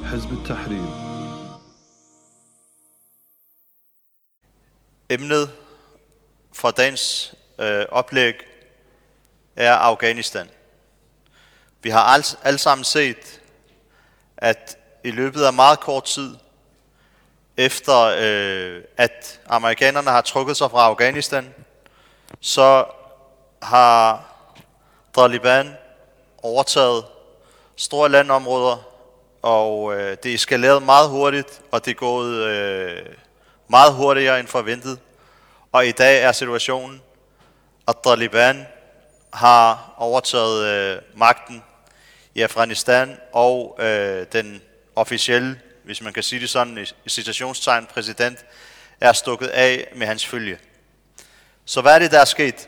حزب التحرير. Emnet for dagens oplæg er Afghanistan. Vi har alle sammen set, at i løbet af meget kort tid, efter at amerikanerne har trukket sig fra Afghanistan, så har Taliban overtaget store landområder, og det eskalerede meget hurtigt, og det er gået meget hurtigere end forventet. Og i dag er situationen, at Taliban har overtaget magten i Afghanistan, og den officielle, hvis man kan sige det sådan, i citationstegn præsident, er stukket af med hans følge. Så hvad er det, der er sket?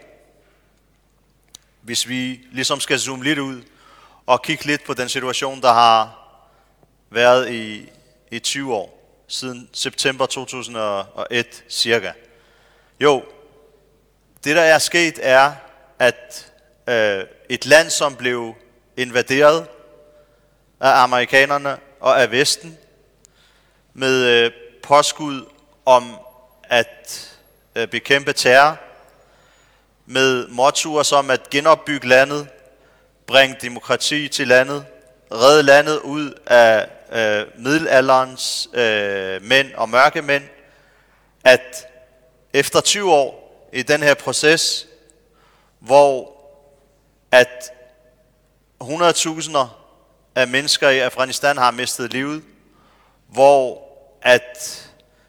Hvis vi ligesom skal zoome lidt ud og kigge lidt på den situation, der har været i 20 år, siden september 2001 cirka. Jo, det der er sket er, at et land, som blev invaderet af amerikanerne og af Vesten, med påskud om at bekæmpe terror, med mottoer som at genopbygge landet, bringe demokrati til landet, redde landet ud af middelalderens mænd og mørke mænd, at efter 20 år i den her proces, hvor at 100.000 af mennesker i Afghanistan har mistet livet, hvor at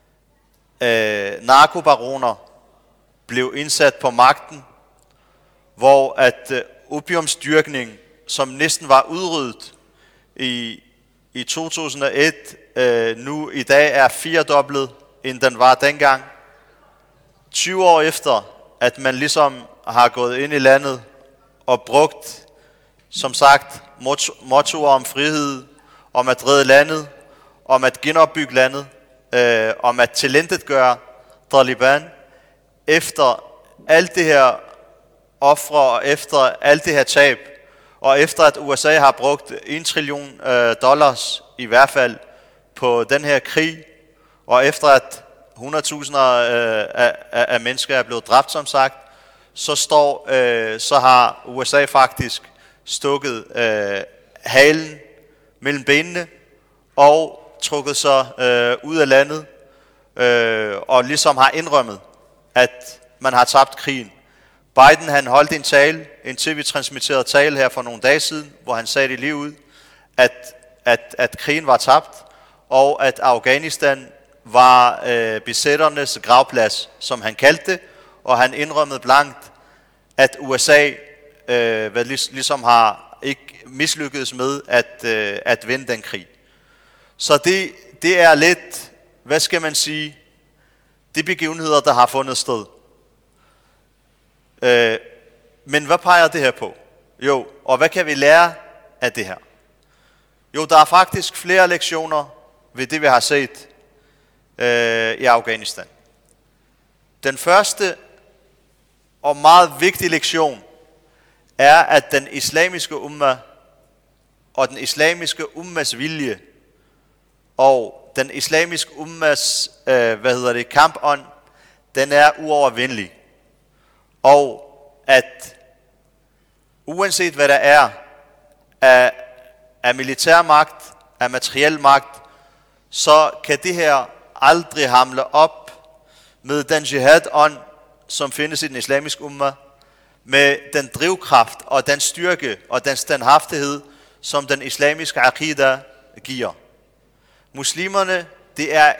narkobaroner blev indsat på magten, hvor at opiumsdyrkning, som næsten var udryddet i 2001, nu i dag er 4-doblet, end den var dengang. 20 år efter, at man ligesom har gået ind i landet og brugt, som sagt, mottoer om frihed, om at redde landet, om at genopbygge landet, om at tilintetgøre Taliban, efter alt det her ofre og efter alt det her tab, og efter at USA har brugt $1 trillion i hvert fald på den her krig, og efter at 100.000 af mennesker er blevet dræbt, som sagt, så har USA faktisk stukket halen mellem benene og trukket sig ud af landet, og ligesom har indrømmet, at man har tabt krigen. Biden han holdt en tale, en tv-transmitteret tale her for nogle dage siden, hvor han sagde det lige ud, at krigen var tabt, og at Afghanistan var besætternes gravplads, som han kaldte det, og han indrømmede blankt, at USA ligesom har ikke mislykkedes med at vinde den krig. Så det er lidt, hvad skal man sige, de begivenheder, der har fundet sted. Men hvad peger det her på? Jo, og hvad kan vi lære af det her? Jo, der er faktisk flere lektioner ved det, vi har set i Afghanistan. Den første og meget vigtige lektion er, at den islamiske umma og den islamiske ummas vilje og den islamiske ummas kampånd, den er uovervindelig. Og at uanset hvad der er af militærmagt, af materiel magt, så kan det her aldrig hamle op med den jihad-ånd, som findes i den islamiske umma, med den drivkraft og den styrke og den standhaftighed, som den islamiske aqida giver. Muslimerne, det er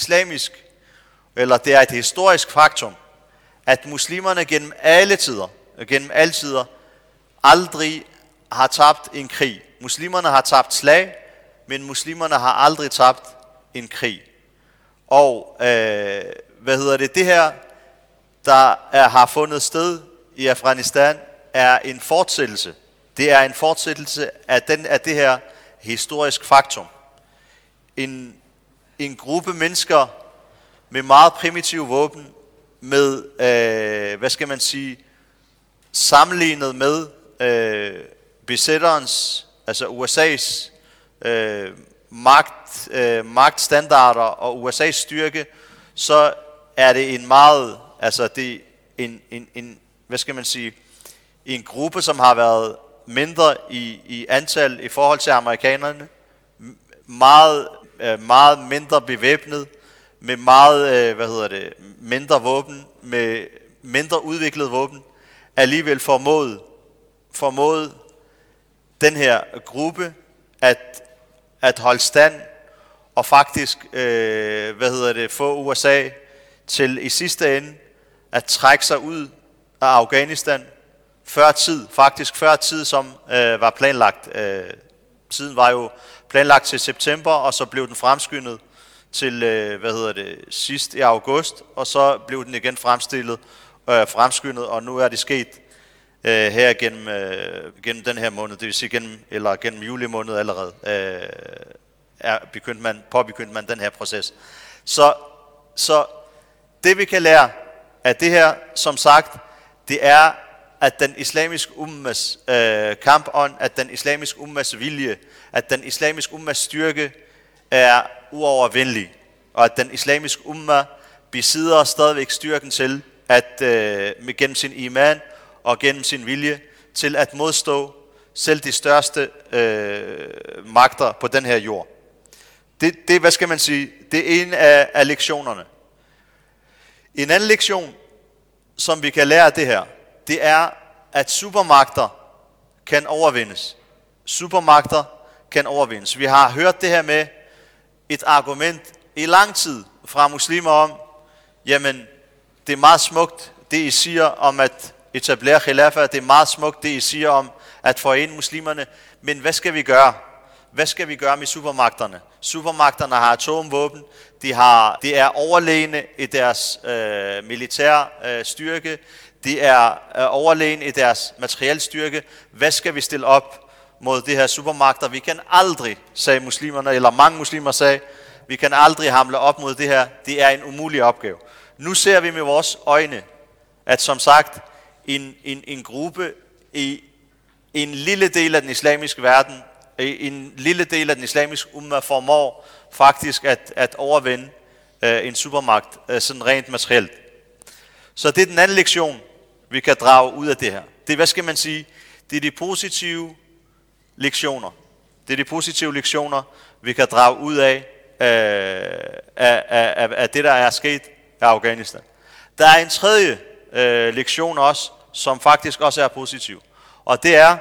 et historisk faktum, at muslimerne gennem alle tider, aldrig har tabt en krig. Muslimerne har tabt slag, men muslimerne har aldrig tabt en krig. Og det her, der har fundet sted i Afghanistan, er en fortsættelse. Det er en fortsættelse af det her historisk faktum. En gruppe mennesker med meget primitive våben, med, sammenlignet med besætterens, altså USA's magtstandarder og USA's styrke, så er det en meget, altså det er en hvad skal man sige, en gruppe, som har været mindre i antal i forhold til amerikanerne, meget mindre bevæbnet, med meget, mindre våben, med mindre udviklet våben, alligevel formået den her gruppe at holde stand og faktisk, få USA til i sidste ende at trække sig ud af Afghanistan før tid, som var planlagt. Tiden var jo planlagt til september, og så blev den fremskyndet til, sidst i august, og så blev den igen fremskyndet, og nu er det sket her gennem den her måned, det vil sige gennem juli måned allerede, påbegyndt man den her proces. Så det vi kan lære af det her, som sagt, det er, at den islamiske ummas kampånd, at den islamiske ummas vilje, at den islamiske ummas styrke er uovervindelig, og at den islamiske umma besidder stadigvæk styrken til at gennem sin iman og gennem sin vilje til at modstå selv de største magter på den her jord. Det hvad skal man sige, det er en af lektionerne. En anden lektion, som vi kan lære af det her, det er, at supermagter kan overvindes. Supermagter kan overvindes. Vi har hørt det her med et argument i lang tid fra muslimer om, jamen, det er meget smukt, det I siger om at etablere khilafa, det er meget smukt, det I siger om at forene muslimerne, men hvad skal vi gøre? Hvad skal vi gøre med supermagterne? Supermagterne har atomvåben, de er overlegne i deres militære styrke, de er overlegne i deres materielle styrke. Hvad skal vi stille op mod de her supermagter? Vi kan aldrig, sagde muslimerne, eller mange muslimer sagde, vi kan aldrig hamle op mod det her. Det er en umulig opgave. Nu ser vi med vores øjne, at som sagt, en gruppe i en lille del af den islamiske verden, en lille del af den islamiske umma formår faktisk at overvinde en supermagt, sådan rent materielt. Så det er den anden lektion, vi kan drage ud af det her. Det, hvad skal man sige, det er de positive lektioner. Det er de positive lektioner, vi kan drage ud af det, der er sket i Afghanistan. Der er en tredje lektion også, som faktisk også er positiv. Og det er,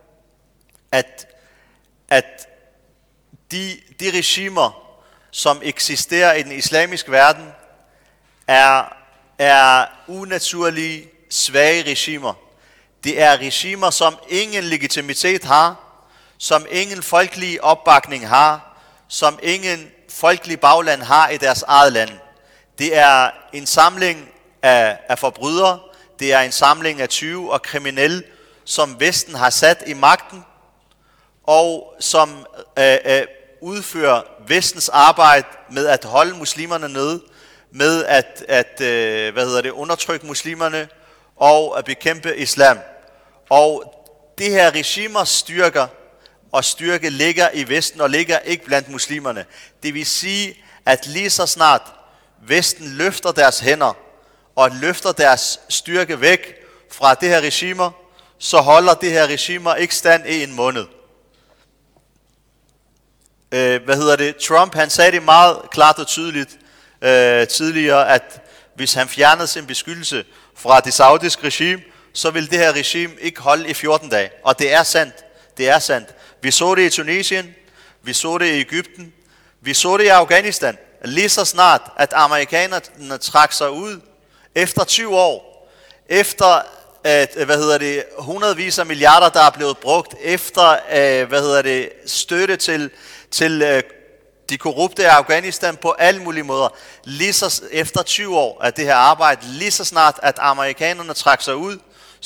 at de regimer, som eksisterer i den islamiske verden, er unaturlige, svage regimer. Det er regimer, som ingen legitimitet har, som ingen folkelig opbakning har, som ingen folkelig bagland har i deres eget land. Det er en samling af forbrydere, det er en samling af tyve og kriminelle, som Vesten har sat i magten, og som udfører Vestens arbejde med at holde muslimerne nede, med at undertrykke muslimerne og at bekæmpe islam. Og det her regimers styrke ligger i Vesten og ligger ikke blandt muslimerne. Det vil sige, at lige så snart Vesten løfter deres hænder og løfter deres styrke væk fra det her regimer, så holder det her regimer ikke stand i en måned. Trump, han sagde det meget klart og tydeligt tidligere, at hvis han fjernede sin beskyttelse fra det saudiske regime, så vil det her regime ikke holde i 14 dage. Og det er sandt. Det er sandt. Vi så det i Tunesien, vi så det i Egypten, vi så det i Afghanistan. Lige så snart, at amerikanerne trak sig ud efter 20 år, efter hundredvis af milliarder, der er blevet brugt, efter støtte til de korrupte i Afghanistan på alle mulige måder. Lige så efter 20 år af det her arbejde, lige så snart at amerikanerne trak sig ud,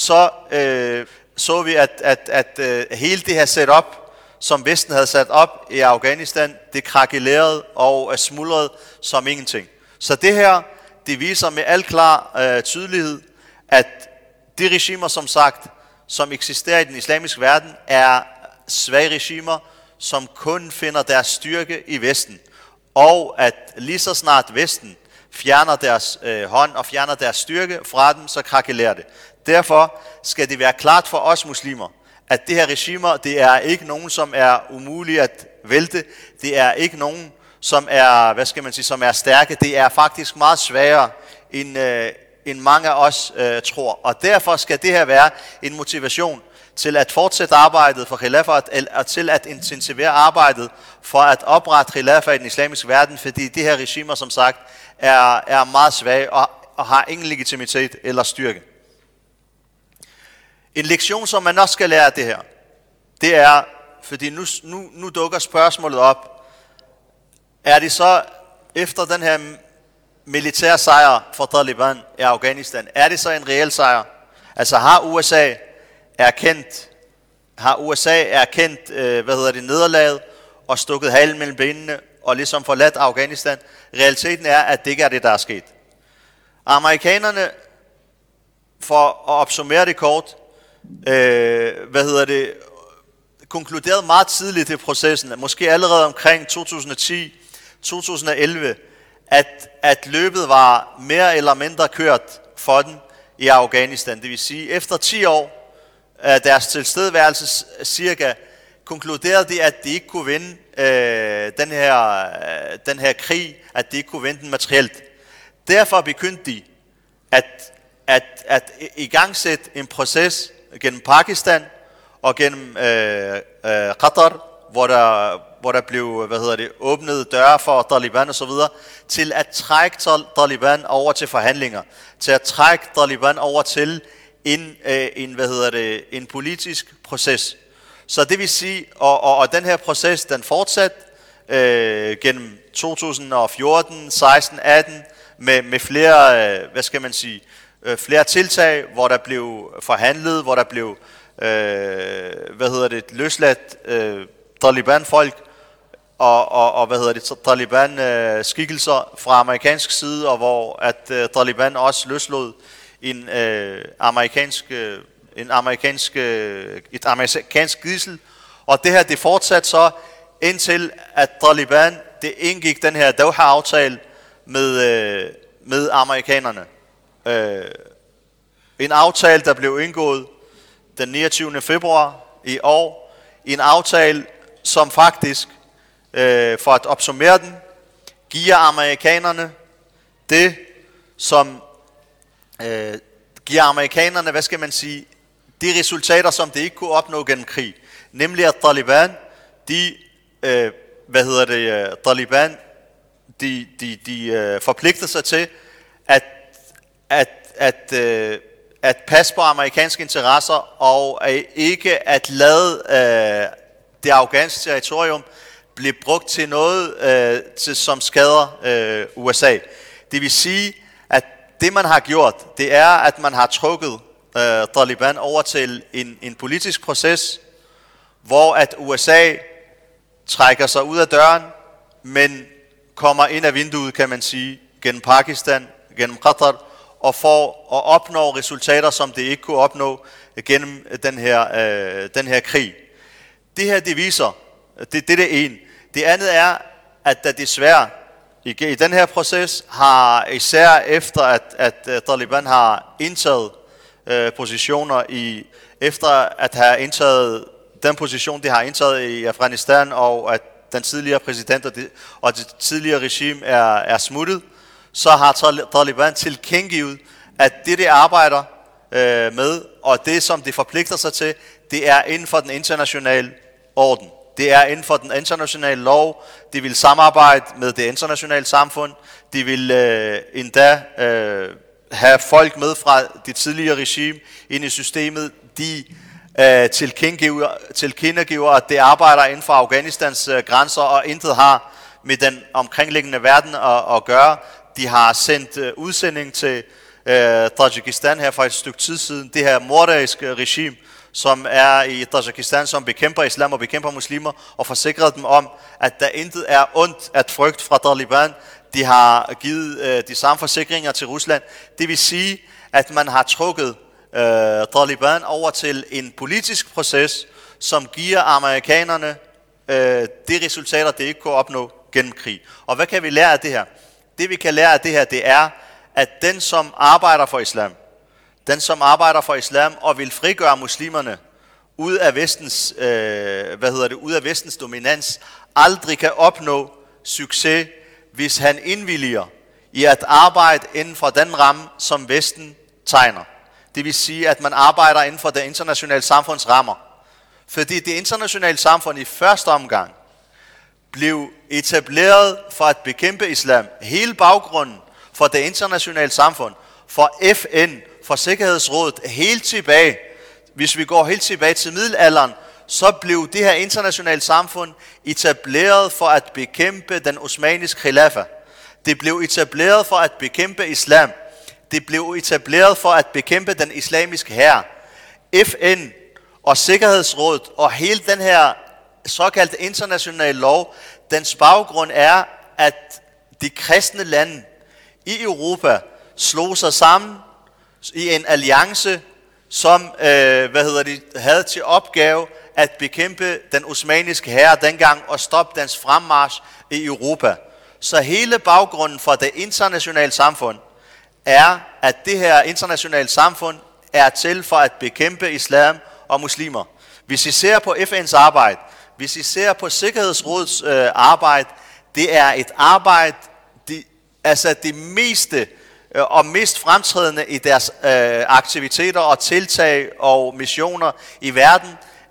så vi at hele det her setup, som Vesten havde sat op i Afghanistan, det krakelerede og smuldrede som ingenting. Så det her, det viser med al klar tydelighed, at de regimer, som sagt, som eksisterer i den islamiske verden, er svage regimer, som kun finder deres styrke i Vesten, og at lige så snart Vesten fjerner deres hånd og fjerner deres styrke fra dem, så krakelerer det. Derfor skal det være klart for os muslimer, at det her regimer, det er ikke nogen, som er umulige at vælte. Det er ikke nogen, som er, som er stærke. Det er faktisk meget sværere, end mange af os tror. Og derfor skal det her være en motivation til at fortsætte arbejdet for khilafa, og til at intensivere arbejdet for at oprette khilafa i den islamiske verden, fordi det her regimer, som sagt, er meget svage og har ingen legitimitet eller styrke. En lektion, som man også skal lære af det her, det er, fordi nu dukker spørgsmålet op, er det så efter den her militær sejr for Taliban i Afghanistan, er det så en reel sejr? Altså har USA erkendt nederlaget og stukket halen mellem benene og ligesom forladt Afghanistan? Realiteten er, at det ikke er det, der er sket. Amerikanerne, for at opsummere det kort, konkluderede meget tidligt i processen, måske allerede omkring 2010-2011, at løbet var mere eller mindre kørt for den i Afghanistan. Det vil sige, efter 10 år af deres tilstedeværelse cirka, konkluderede de, at de ikke kunne vinde den her krig, at de ikke kunne vinde den materielt. Derfor begyndte de at igangsætte en proces gennem Pakistan og gennem Qatar, hvor der blev åbnet døre for Taliban og så videre, til at trække Taliban over til forhandlinger, til at trække Taliban over til en politisk proces. Så det vil sige, og den her proces, den fortsatte gennem 2014, 16, 18 med flere, flere tiltag, hvor der blev forhandlet, hvor der blev løsladt Taliban-folk og Taliban-skikkelser fra amerikansk side, og hvor at Taliban også løslod et amerikansk gidsel. Og det her, det fortsatte så indtil at Taliban, det indgik den her Doha-aftale med amerikanerne. En aftale, der blev indgået den 29. februar i år. En aftale, som faktisk, for at opsummere den, giver amerikanerne det, som giver amerikanerne, de resultater, som de ikke kunne opnå gennem krig. Nemlig at Taliban, de forpligter sig til at passe på amerikanske interesser og ikke at lade det afghanske territorium blive brugt til noget, som skader USA. Det vil sige, at det man har gjort, det er, at man har trukket Taliban over til en politisk proces, hvor at USA trækker sig ud af døren, men kommer ind af vinduet, kan man sige, gennem Pakistan, gennem Qatar, og for at opnå resultater, som det ikke kunne opnå gennem den her krig. Det her, det viser, det er det ene. Det andet er, at der desværre i den her proces har, især efter at Taliban har indtaget positioner efter at have indtaget den position, de har indtaget i Afghanistan, og at den tidligere præsident og det tidligere regime er smuttet, så har Taliban tilkendegivet, at det arbejder med, og det som de forpligter sig til, det er inden for den internationale orden. Det er inden for den internationale lov. De vil samarbejde med det internationale samfund. De vil endda have folk med fra det tidligere regime ind i systemet. De tilkendegiver, at det arbejder inden for Afghanistans grænser og intet har med den omkringliggende verden at gøre. De har sendt udsending til Tajikistan her for et stykke tid siden. Det her morderiske regime, som er i Tajikistan, som bekæmper islam og bekæmper muslimer, og forsikret dem om, at der intet er ondt at frygte fra Taliban. De har givet de samme forsikringer til Rusland. Det vil sige, at man har trukket Taliban over til en politisk proces, som giver amerikanerne de resultater, det ikke kunne opnå gennem krig. Og hvad kan vi lære af det her? Det vi kan lære af det her, det er, at den som arbejder for islam, og vil frigøre muslimerne ud af vestens dominans, aldrig kan opnå succes, hvis han indvilliger i at arbejde inden for den ramme, som Vesten tegner. Det vil sige, at man arbejder inden for det internationale samfunds rammer. Fordi det internationale samfund i første omgang blev etableret for at bekæmpe islam. Hele baggrunden for det internationale samfund, for FN, for Sikkerhedsrådet, helt tilbage, hvis vi går helt tilbage til middelalderen, så blev det her internationale samfund etableret for at bekæmpe den osmaniske khilafa. Det blev etableret for at bekæmpe islam. Det blev etableret for at bekæmpe den islamiske hær. FN og Sikkerhedsrådet og hele den her såkaldte internationale lov, dens baggrund er, at de kristne lande i Europa slog sig sammen i en alliance, som havde til opgave at bekæmpe den osmaniske hær dengang og stoppe dens fremmarch i Europa. Så hele baggrunden for det internationale samfund er, at det her internationale samfund er til for at bekæmpe islam og muslimer. Hvis I ser på FN's arbejde, hvis I ser på Sikkerhedsrådets arbejde, det er et arbejde, det meste og mest fremtrædende i deres aktiviteter og tiltag og missioner i verden,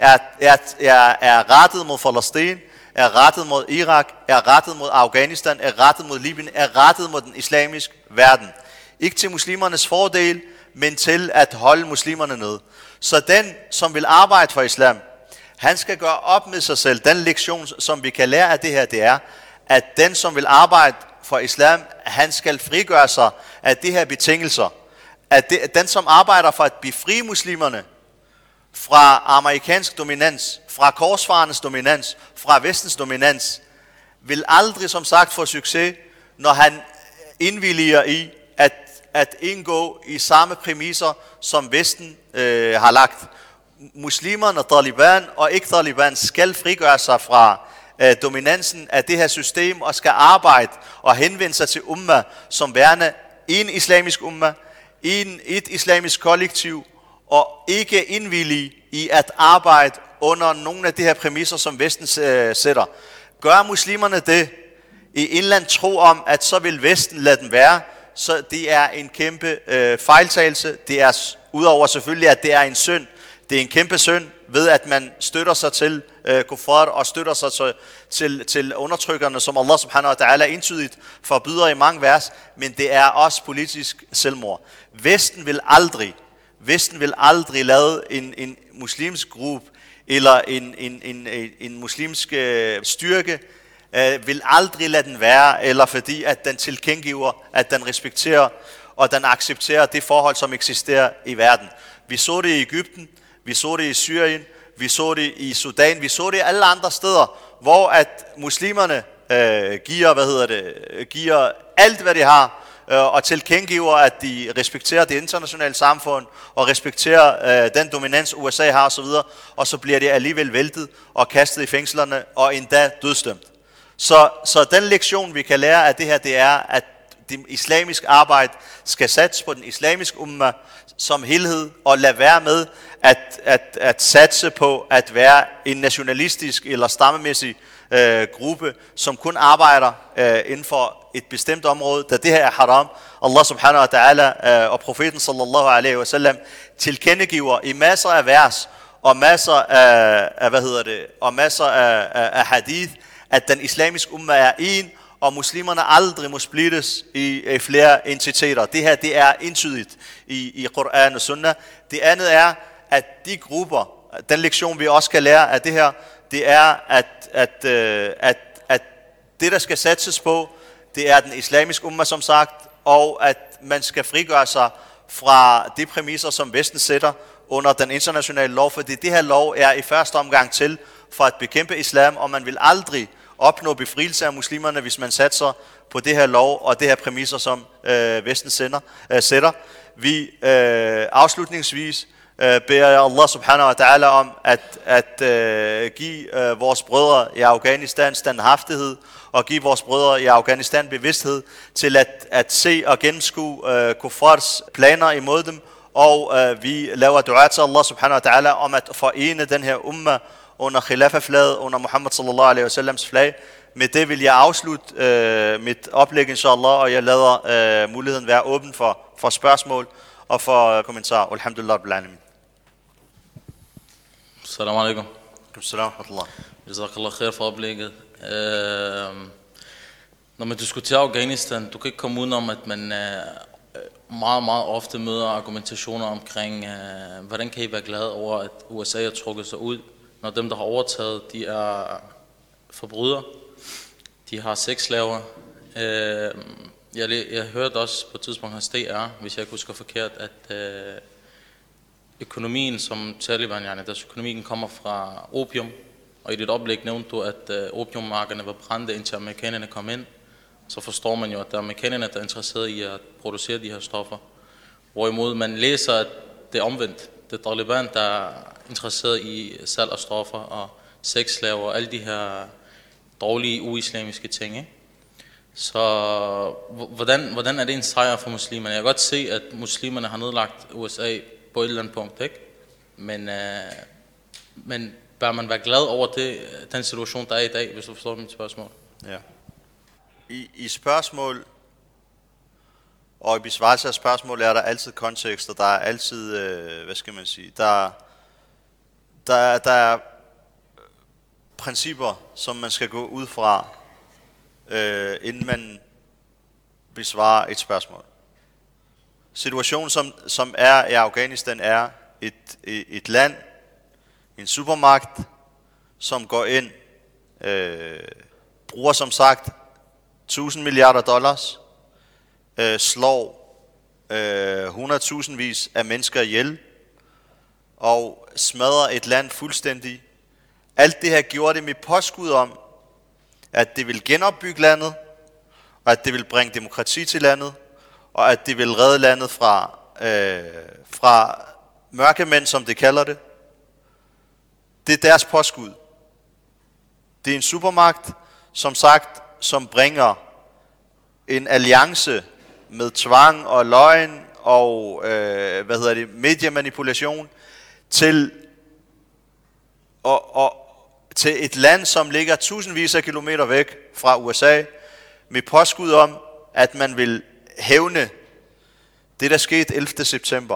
er rettet mod Palæstina, er rettet mod Irak, er rettet mod Afghanistan, er rettet mod Libyen, er rettet mod den islamiske verden. Ikke til muslimernes fordel, men til at holde muslimerne nede. Så den, som vil arbejde for islam, han skal gøre op med sig selv. Den lektion, som vi kan lære af det her, det er, at den, som vil arbejde for islam, han skal frigøre sig af de her betingelser. Den, som arbejder for at befri muslimerne fra amerikansk dominans, fra korsfarernes dominans, fra vestens dominans, vil aldrig som sagt få succes, når han indvilliger i at indgå i samme præmisser, som Vesten har lagt. Muslimerne, Taliban og ikke-Taliban skal frigøre sig fra dominansen af det her system og skal arbejde og henvende sig til umma som værende en islamisk umma, et islamisk kollektiv, og ikke indvillige i at arbejde under nogle af de her præmisser, som Vesten sætter. Gør muslimerne det i en eller anden tro om, at så vil Vesten lade dem være, så det er en kæmpe fejltagelse. Det er udover selvfølgelig, at det er en synd. Det er en kæmpe synd ved, at man støtter sig til kuffar og støtter sig til undertrykkerne, som Allah subhanahu wa ta'ala entydigt forbyder i mange vers, men det er også politisk selvmord. Vesten vil aldrig lade en muslimsk gruppe eller en muslimsk styrke vil aldrig lade den være, eller fordi at den tilkendegiver, at den respekterer og den accepterer det forhold, som eksisterer i verden. Vi så det i Egypten, vi så det i Syrien, vi så det i Sudan, vi så det i alle andre steder, hvor at muslimerne giver alt, hvad de har, og tilkendegiver, at de respekterer det internationale samfund, og respekterer den dominans, USA har osv., og så bliver de alligevel væltet og kastet i fængslerne, og endda dødsdømt. Så den lektion, vi kan lære af det her, det er, at det islamiske arbejde skal satse på den islamiske umma som helhed, og lade være med at satse på at være en nationalistisk eller stammemæssig gruppe, som kun arbejder inden for et bestemt område, da det her er haram. Allah subhanahu wa ta'ala og profeten sallallahu alaihi wa sallam tilkendegiver i masser af vers og masser af hadith, at den islamiske umma er en, og muslimerne aldrig må splittes i flere entiteter. Det her, det er entydigt i Koran og Sunnah. Det andet er, at de grupper, den lektion vi også kan lære af det her, det er, at det der skal satses på, det er den islamiske umma som sagt, og at man skal frigøre sig fra de præmisser, som Vesten sætter under den internationale lov, fordi det her lov er i første omgang til for at bekæmpe islam, og man vil aldrig opnå befrielse af muslimerne, hvis man satser på det her lov og det her præmisser, som Vesten sætter. Vi afslutningsvis beder jeg Allah subhanahu wa ta'ala om at give vores brødre i Afghanistan standhaftighed, og give vores brødre i Afghanistan bevidsthed til at se og gennemskue kuffars planer imod dem, og vi laver dua til Allah subhanahu wa ta'ala om at forene den her umma under khilafa-flaget, under Muhammad sallallahu alaihi wasallams flag. Med det vil jeg afslutte mit oplæg, inshallah, og jeg lader muligheden være åben for spørgsmål og for kommentarer. Alhamdulillah rabbil alamin. Assalamu alaikum. Assalamu alaikum. Jazakallah khair for oplægget. Når man diskuterer Afghanistan, du kan ikke komme udenom, at man meget, meget ofte møder argumentationer omkring, hvordan kan I være glade over, at USA har trukket sig ud, når dem, der har overtaget, de er forbrydere. De har sexslaver. Jeg hørte også på et tidspunkt hos DR, hvis jeg ikke husker forkert, at økonomien som Taliban, deres økonomien kommer fra opium. Og i dit oplæg nævnte du, at opiummarkederne var brændte, indtil amerikanerne kom ind. Så forstår man jo, at der er amerikanerne, der er interesseret i at producere de her stoffer. Hvorimod man læser, at det er omvendt. Det er Taliban, der er interesseret i salg af stoffer og sexslaver og alle de her dårlige, uislamiske ting. Ikke? Så hvordan er det en sejr for muslimerne? Jeg kan godt se, at muslimerne har nedlagt USA på et eller andet punkt, ikke? Men bør man være glad over den situation, der er i dag, hvis du forstår mit spørgsmål? Ja. I spørgsmål og i besvarelse af spørgsmål er der altid kontekst, og der er altid, hvad skal man sige, der er principper, som man skal gå ud fra, inden man besvarer et spørgsmål. Situationen, som er i Afghanistan, er et land, en supermagt, som går ind, bruger som sagt $1.000 milliarder, slår 100.000vis af mennesker ihjel, og smadrer et land fuldstændig. Alt det her gjorde det med påskud om, at det vil genopbygge landet, og at det vil bringe demokrati til landet, og at det vil redde landet fra mørkemænd, som det kalder det. Det er deres påskud. Det er en supermagt, som sagt, som bringer en alliance med tvang og løgn og mediemanipulation til et land, som ligger tusindvis af kilometer væk fra USA, med påskud om, at man vil hævne det, der skete 11. september.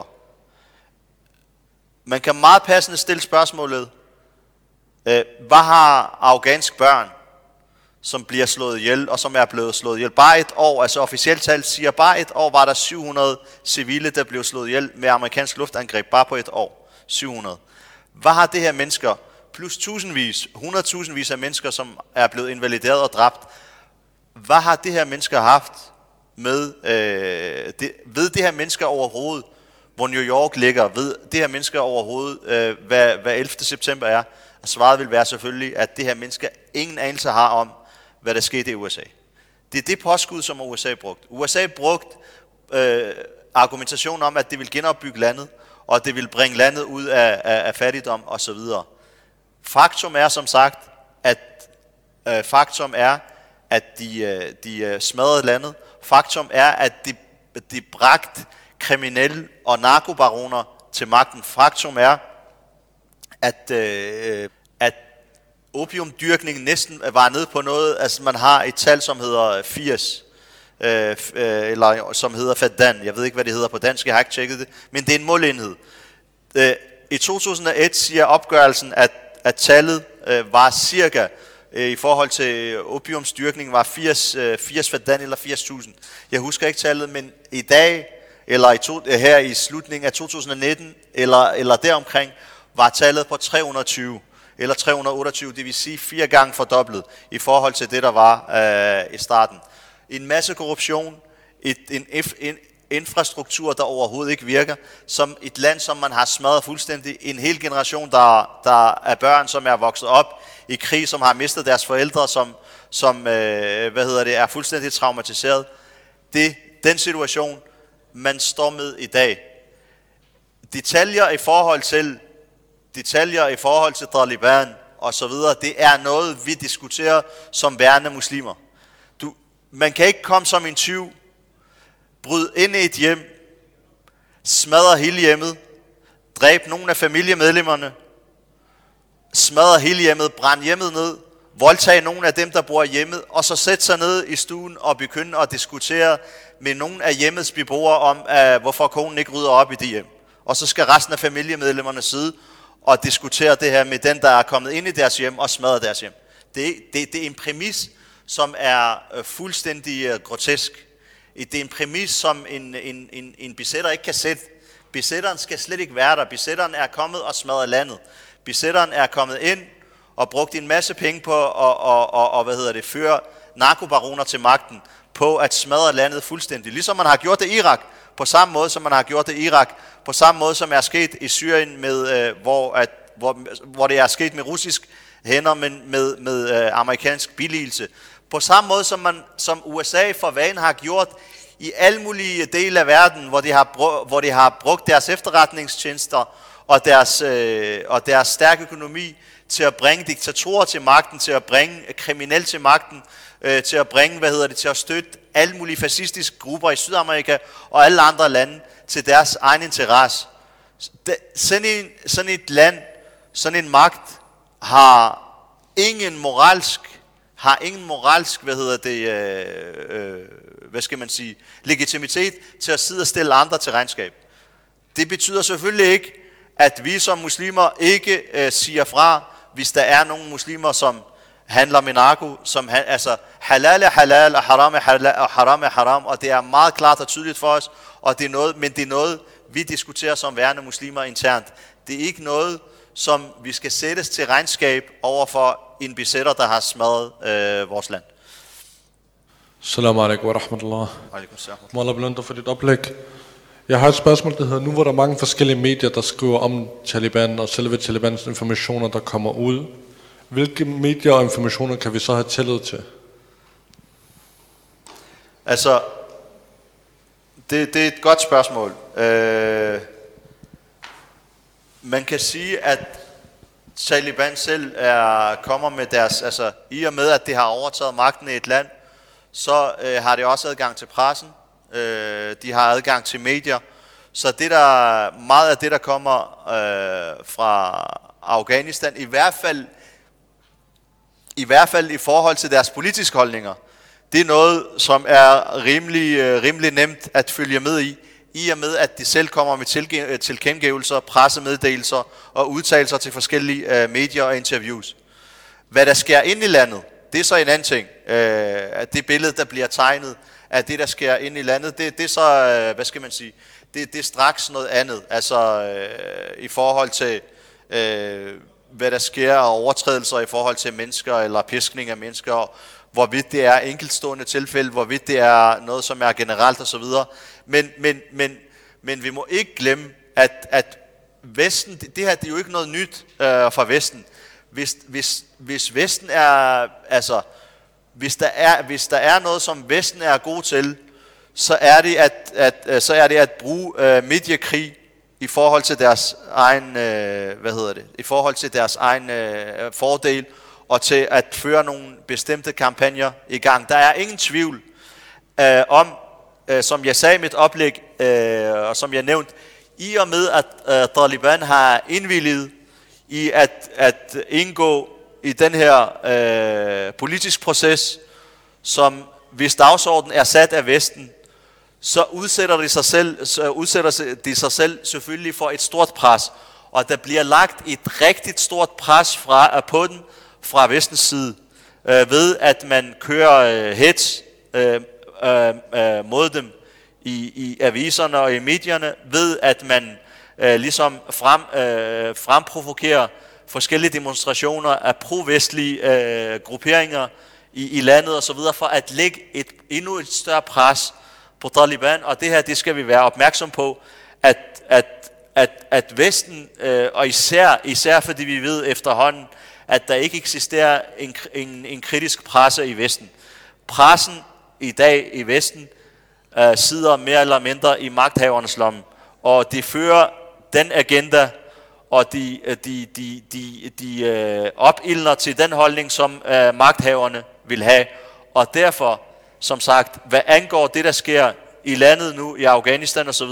Man kan meget passende stille spørgsmålet, hvad har afghansk børn, som bliver slået ihjel, og som er blevet slået ihjel? Bare et år, altså officielt talt siger, bare et år var der 700 civile, der blev slået ihjel med amerikansk luftangreb, bare på et år. 700. Hvad har det her mennesker, plus tusindvis, 100.000vis af mennesker, som er blevet invalideret og dræbt, hvad har det her mennesker haft med, ved det her mennesker overhovedet, hvor New York ligger, ved det her mennesker overhovedet, hvad 11. september er? Og svaret vil være selvfølgelig, at det her mennesker ingen anelse har om, hvad der skete i USA. Det er det påskud, som USA brugt. USA brugt argumentation om, at det vil genopbygge landet, og at det vil bringe landet ud af fattigdom osv. Faktum er som sagt, at de smadrede landet. Faktum er, at de bragte kriminelle og narkobaroner til magten. Faktum er, at opiumdyrkningen næsten var nede på noget, altså man har et tal, som hedder 80, eller som hedder Fadan. Jeg ved ikke, hvad det hedder på dansk, jeg har ikke tjekket det, men det er en målenhed. I 2001 siger opgørelsen, at tallet var cirka, i forhold til opiumsdyrkningen, var 80 Fadan eller 80.000. Jeg husker ikke tallet, men i dag, eller her i slutningen af 2019, eller deromkring, var tallet på 320 eller 328, det vil sige 4 gange fordoblet i forhold til det, der var i starten. En masse korruption, en infrastruktur, der overhovedet ikke virker, som et land, som man har smadret fuldstændig, en hel generation, der er børn, som er vokset op i krig, som har mistet deres forældre, som er fuldstændig traumatiseret. Den situation, man står med i dag, detaljer i forhold til Taliban og så videre, det er noget, vi diskuterer som værende muslimer. Man kan ikke komme som en tyv, bryde ind i et hjem, smadre hele hjemmet, dræbe nogle af familiemedlemmerne, smadre hele hjemmet, brænde hjemmet ned, voldtage nogle af dem, der bor i hjemmet, og så sætte sig ned i stuen og begynde at diskutere med nogle af hjemmets beboere om, hvorfor konen ikke rydder op i det hjem. Og så skal resten af familiemedlemmerne sidde og diskutere det her med den, der er kommet ind i deres hjem og smadret deres hjem. Det er en præmis, som er fuldstændig grotesk. Det er en præmis, som en besætter ikke kan sætte. Besætteren skal slet ikke være der. Besætteren er kommet og smadret landet. Besætteren er kommet ind og brugt en masse penge på at føre narkobaroner til magten, på at smadre landet fuldstændig. Ligesom man har gjort det i Irak, på samme måde som man har gjort det i Irak, på samme måde som er sket i Syrien, hvor det er sket med russisk hænder, men med amerikansk billigelse. På samme måde som USA for vane har gjort i alle mulige dele af verden, hvor de har brugt deres efterretningstjenester og deres stærke økonomi til at bringe diktatorer til magten, til at bringe kriminelle til magten, til at bringe, til at støtte alle mulige fascistiske grupper i Sydamerika og alle andre lande til deres egen interesse. Sådan et land, sådan en magt har ingen moralsk, legitimitet til at sidde og stille andre til regnskab. Det betyder selvfølgelig ikke, at vi som muslimer ikke siger fra, hvis der er nogle muslimer, som handler med narko, halal er halal, og haram er halal, og haram er haram, og det er meget klart og tydeligt for os, og det er noget, vi diskuterer som værende muslimer internt. Det er ikke noget, som vi skal sættes til regnskab over for en besætter, der har smadret vores land. Assalamu alaikum wa rahmatullah. Måler Blønder for dit oplæg. Jeg har et spørgsmål, der hedder, nu hvor der er mange forskellige medier, der skriver om Taliban og selve Talibans informationer, der kommer ud. Hvilke medier og informationer kan vi så have tillid til? Altså, det er et godt spørgsmål. Man kan sige, at Taliban selv kommer med deres, i og med, at det har overtaget magten i et land, så har det også adgang til pressen. De har adgang til medier. Så meget af det, der kommer fra Afghanistan, i hvert fald i forhold til deres politiske holdninger, det er noget, som er rimelig nemt at følge med i og med, at de selv kommer med tilkendegivelser, pressemeddelelser og udtalelser til forskellige medier og interviews. Hvad der sker ind i landet, det er så en anden ting. At det billede, der bliver tegnet af det, der sker ind i landet, det er så, det er straks noget andet. I forhold til, hvad der sker af overtrædelser i forhold til mennesker, eller piskning af mennesker, hvorvidt det er enkeltstående tilfælde, hvorvidt det er noget, som er generelt osv. Men vi må ikke glemme, at Vesten, det her det er jo ikke noget nyt for Vesten. Hvis Vesten er, hvis der er noget, som Vesten er god til, så er det at bruge mediekrig i forhold til deres egen, i forhold til deres egen fordel, og til at føre nogle bestemte kampagner i gang. Der er ingen tvivl om, som jeg sagde i mit oplæg, og som jeg nævnte, i og med at Taliban har indvilliget i at indgå i den her politisk proces, som hvis dagsordenen er sat af Vesten, så udsætter de sig selv selvfølgelig for et stort pres, og der bliver lagt et rigtig stort pres på den fra Vestens side, ved at man kører hets mod dem i aviserne og i medierne, ved at man ligesom fremprovokerer forskellige demonstrationer af pro-vestlige grupperinger i landet og så videre, for at lægge endnu et større pres på Taliban. Og det her, det skal vi være opmærksom på, at Vesten, og især fordi vi ved efterhånden, at der ikke eksisterer en kritisk presse i Vesten. Pressen i dag i Vesten sidder mere eller mindre i magthavernes lomme, og de fører den agenda, og de opildner til den holdning, som magthaverne vil have. Og derfor, som sagt, hvad angår det, der sker i landet nu, i Afghanistan osv.,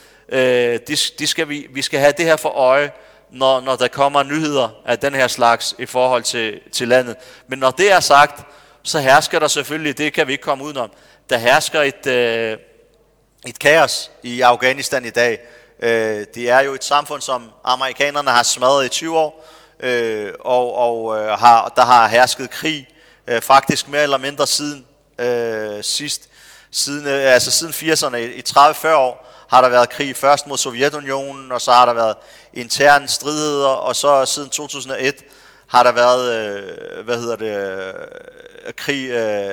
vi skal have det her for øje, når der kommer nyheder af den her slags i forhold til landet. Men når det er sagt, så hersker der selvfølgelig, det kan vi ikke komme udenom, der hersker et kaos i Afghanistan i dag. Det er jo et samfund, som amerikanerne har smadret i 20 år, der har hersket krig, faktisk mere eller mindre siden 80'erne, i 30-40 år har der været krig, først mod Sovjetunionen, og så har der været interne stridigheder, og så siden 2001 har der været, krig,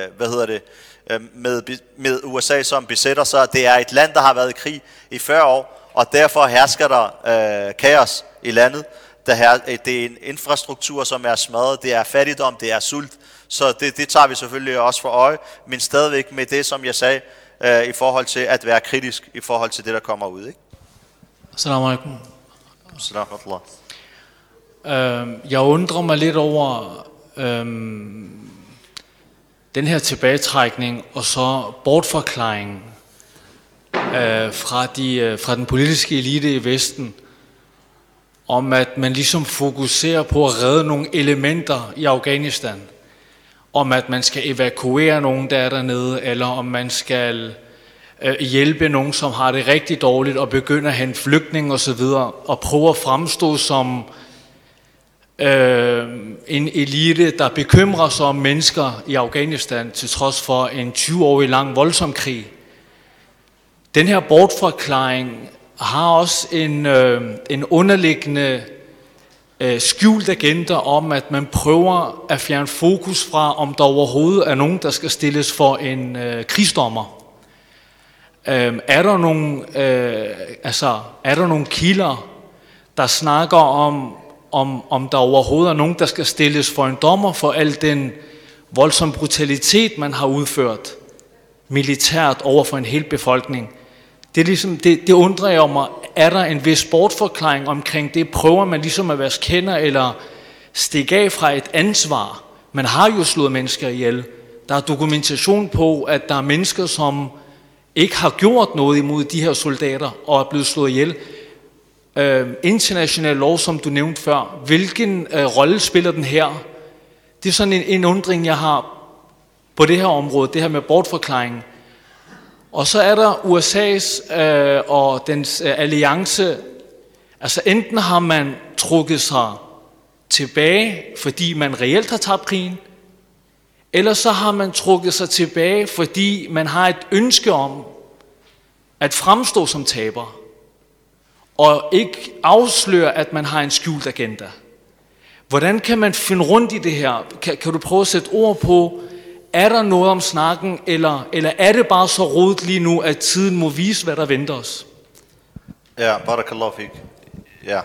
med USA som besætter, så det er et land, der har været i krig i 40 år, og derfor hersker der kaos i landet. Det er en infrastruktur, som er smadret, det er fattigdom, det er sult, så det tager vi selvfølgelig også for øje, men stadigvæk med det, som jeg sagde, i forhold til at være kritisk i forhold til det, der kommer ud. Ikke? Assalamu alaikum. Assalamu Jeg undrer mig lidt over den her tilbagetrækning og så bortforklaringen fra den politiske elite i Vesten, om at man ligesom fokuserer på at redde nogle elementer i Afghanistan, om at man skal evakuere nogen, der er dernede, eller om man skal hjælpe nogen, som har det rigtig dårligt, og begynde at hente flygtninge osv., og prøve at fremstå som en elite, der bekymrer sig om mennesker i Afghanistan, til trods for en 20-årig lang voldsom krig. Den her bortforklaring har også en underliggende skjult agenda om, at man prøver at fjerne fokus fra, om der overhovedet er nogen, der skal stilles for en krigsdommer. Er der nogle kilder, der snakker om der overhovedet er nogen, der skal stilles for en dommer for al den voldsom brutalitet, man har udført militært over for en hel befolkning? Det er ligesom, det undrer jeg mig. Er der en vis bortforklaring omkring det? Prøver man ligesom at vaske hænder eller stikke af fra et ansvar? Man har jo slået mennesker ihjel. Der er dokumentation på, at der er mennesker, som ikke har gjort noget imod de her soldater og er blevet slået ihjel. International lov, som du nævnte før, hvilken rolle spiller den her? Det er sådan en undring, jeg har på det her område, det her med bortforklaringen. Og så er der USA's og dens alliance. Altså enten har man trukket sig tilbage, fordi man reelt har tabt krigen, eller så har man trukket sig tilbage, fordi man har et ønske om at fremstå som taber, og ikke afsløre, at man har en skjult agenda. Hvordan kan man finde rundt i det her? Kan du prøve at sætte ord på, er der noget om snakken, eller er det bare så rodet lige nu, at tiden må vise, hvad der venter os? Ja, barakallahu fik. Ja.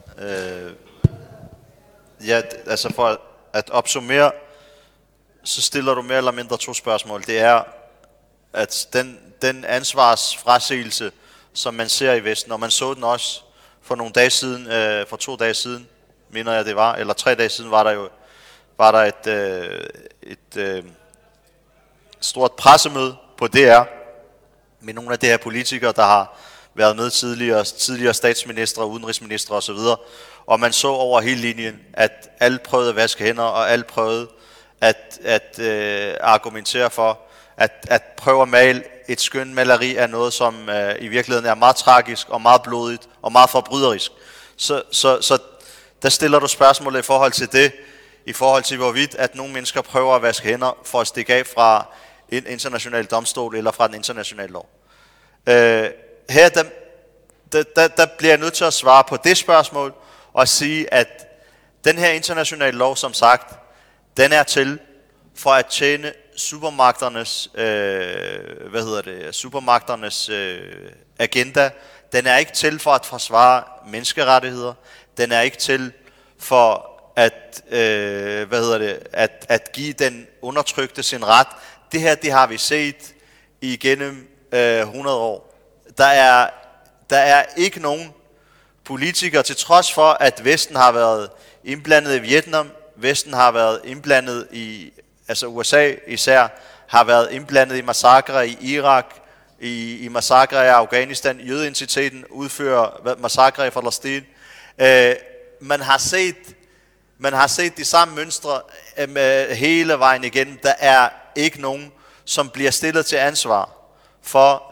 Altså for at opsummere, så stiller du mere eller mindre 2 spørgsmål. Det er, at den ansvarsfrasigelse, som man ser i Vesten, og man så den også for nogle dage siden, for 2 dage siden, mener jeg det var, eller 3 dage siden, var der et stort pressemøde på DR med nogle af de her politikere, der har været med tidligere statsministre, udenrigsministre osv. Og man så over hele linjen, at alle prøvede at vaske hænder, og alle prøvede at argumentere for, at prøve at male et skønt maleri af noget, som i virkeligheden er meget tragisk og meget blodigt og meget forbryderisk. Så der stiller du spørgsmålet i forhold til det, i forhold til hvorvidt, at nogle mennesker prøver at vaske hænder for at stikke af fra en international domstol eller fra den internationale lov. Her der bliver jeg nødt til at svare på det spørgsmål og sige, at den her internationale lov, som sagt, den er til for at tjene supermagternes agenda. Den er ikke til for at forsvare menneskerettigheder. Den er ikke til for at give den undertrykte sin ret. Det her, det har vi set igennem 100 år. Der er ikke nogen politikere, til trods for, at Vesten har været indblandet i Vietnam, Vesten har været indblandet i, altså USA især, har været indblandet i massakre i Irak, i massakre i Afghanistan, jødeidentiteten udfører massakre i Palæstina. Man har set de samme mønstre hele vejen igen. Der er ikke nogen, som bliver stillet til ansvar for,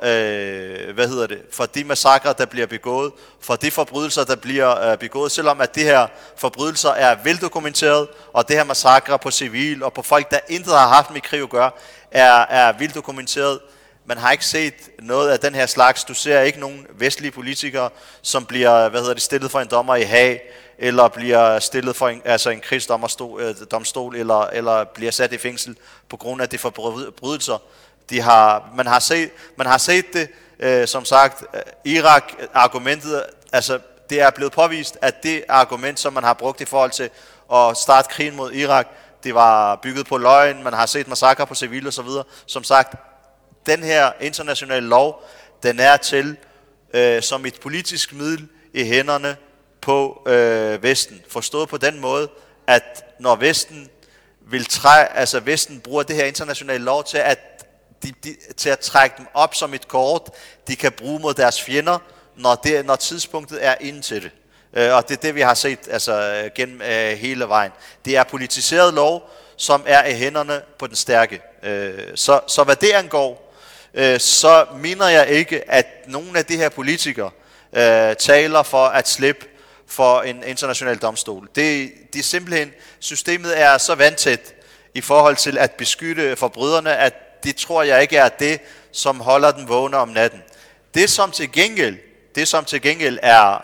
for de massakre, der bliver begået, for de forbrydelser, der bliver begået, selvom at de her forbrydelser er veldokumenteret, og det her massakre på civil og på folk, der intet har haft med krig at gøre, er veldokumenteret. Man har ikke set noget af den her slags. Du ser ikke nogen vestlige politikere, som bliver stillet for en dommer i Haag, eller bliver stillet for en krigsdomstol, eller bliver sat i fængsel på grund af de forbrydelser. Man har set det, som sagt, Irak-argumentet, altså det er blevet påvist, at det argument, som man har brugt i forhold til at starte krigen mod Irak, det var bygget på løgn, man har set massakre på civile osv. Som sagt, den her internationale lov, den er til som et politisk middel i hænderne på Vesten. Forstået på den måde, at når Vesten Vesten bruger det her internationale lov til at trække dem op som et kort, de kan bruge mod deres fjender, når tidspunktet er inde til det. Og det er det, vi har set gennem hele vejen. Det er politiseret lov, som er i hænderne på den stærke. Så hvad det angår, så mener jeg ikke, at nogen af de her politikere taler for at slippe for en international domstol. Det er simpelthen, systemet er så vandtæt i forhold til at beskytte forbryderne, at det tror jeg ikke er det, som holder dem vågne om natten. Det som til gengæld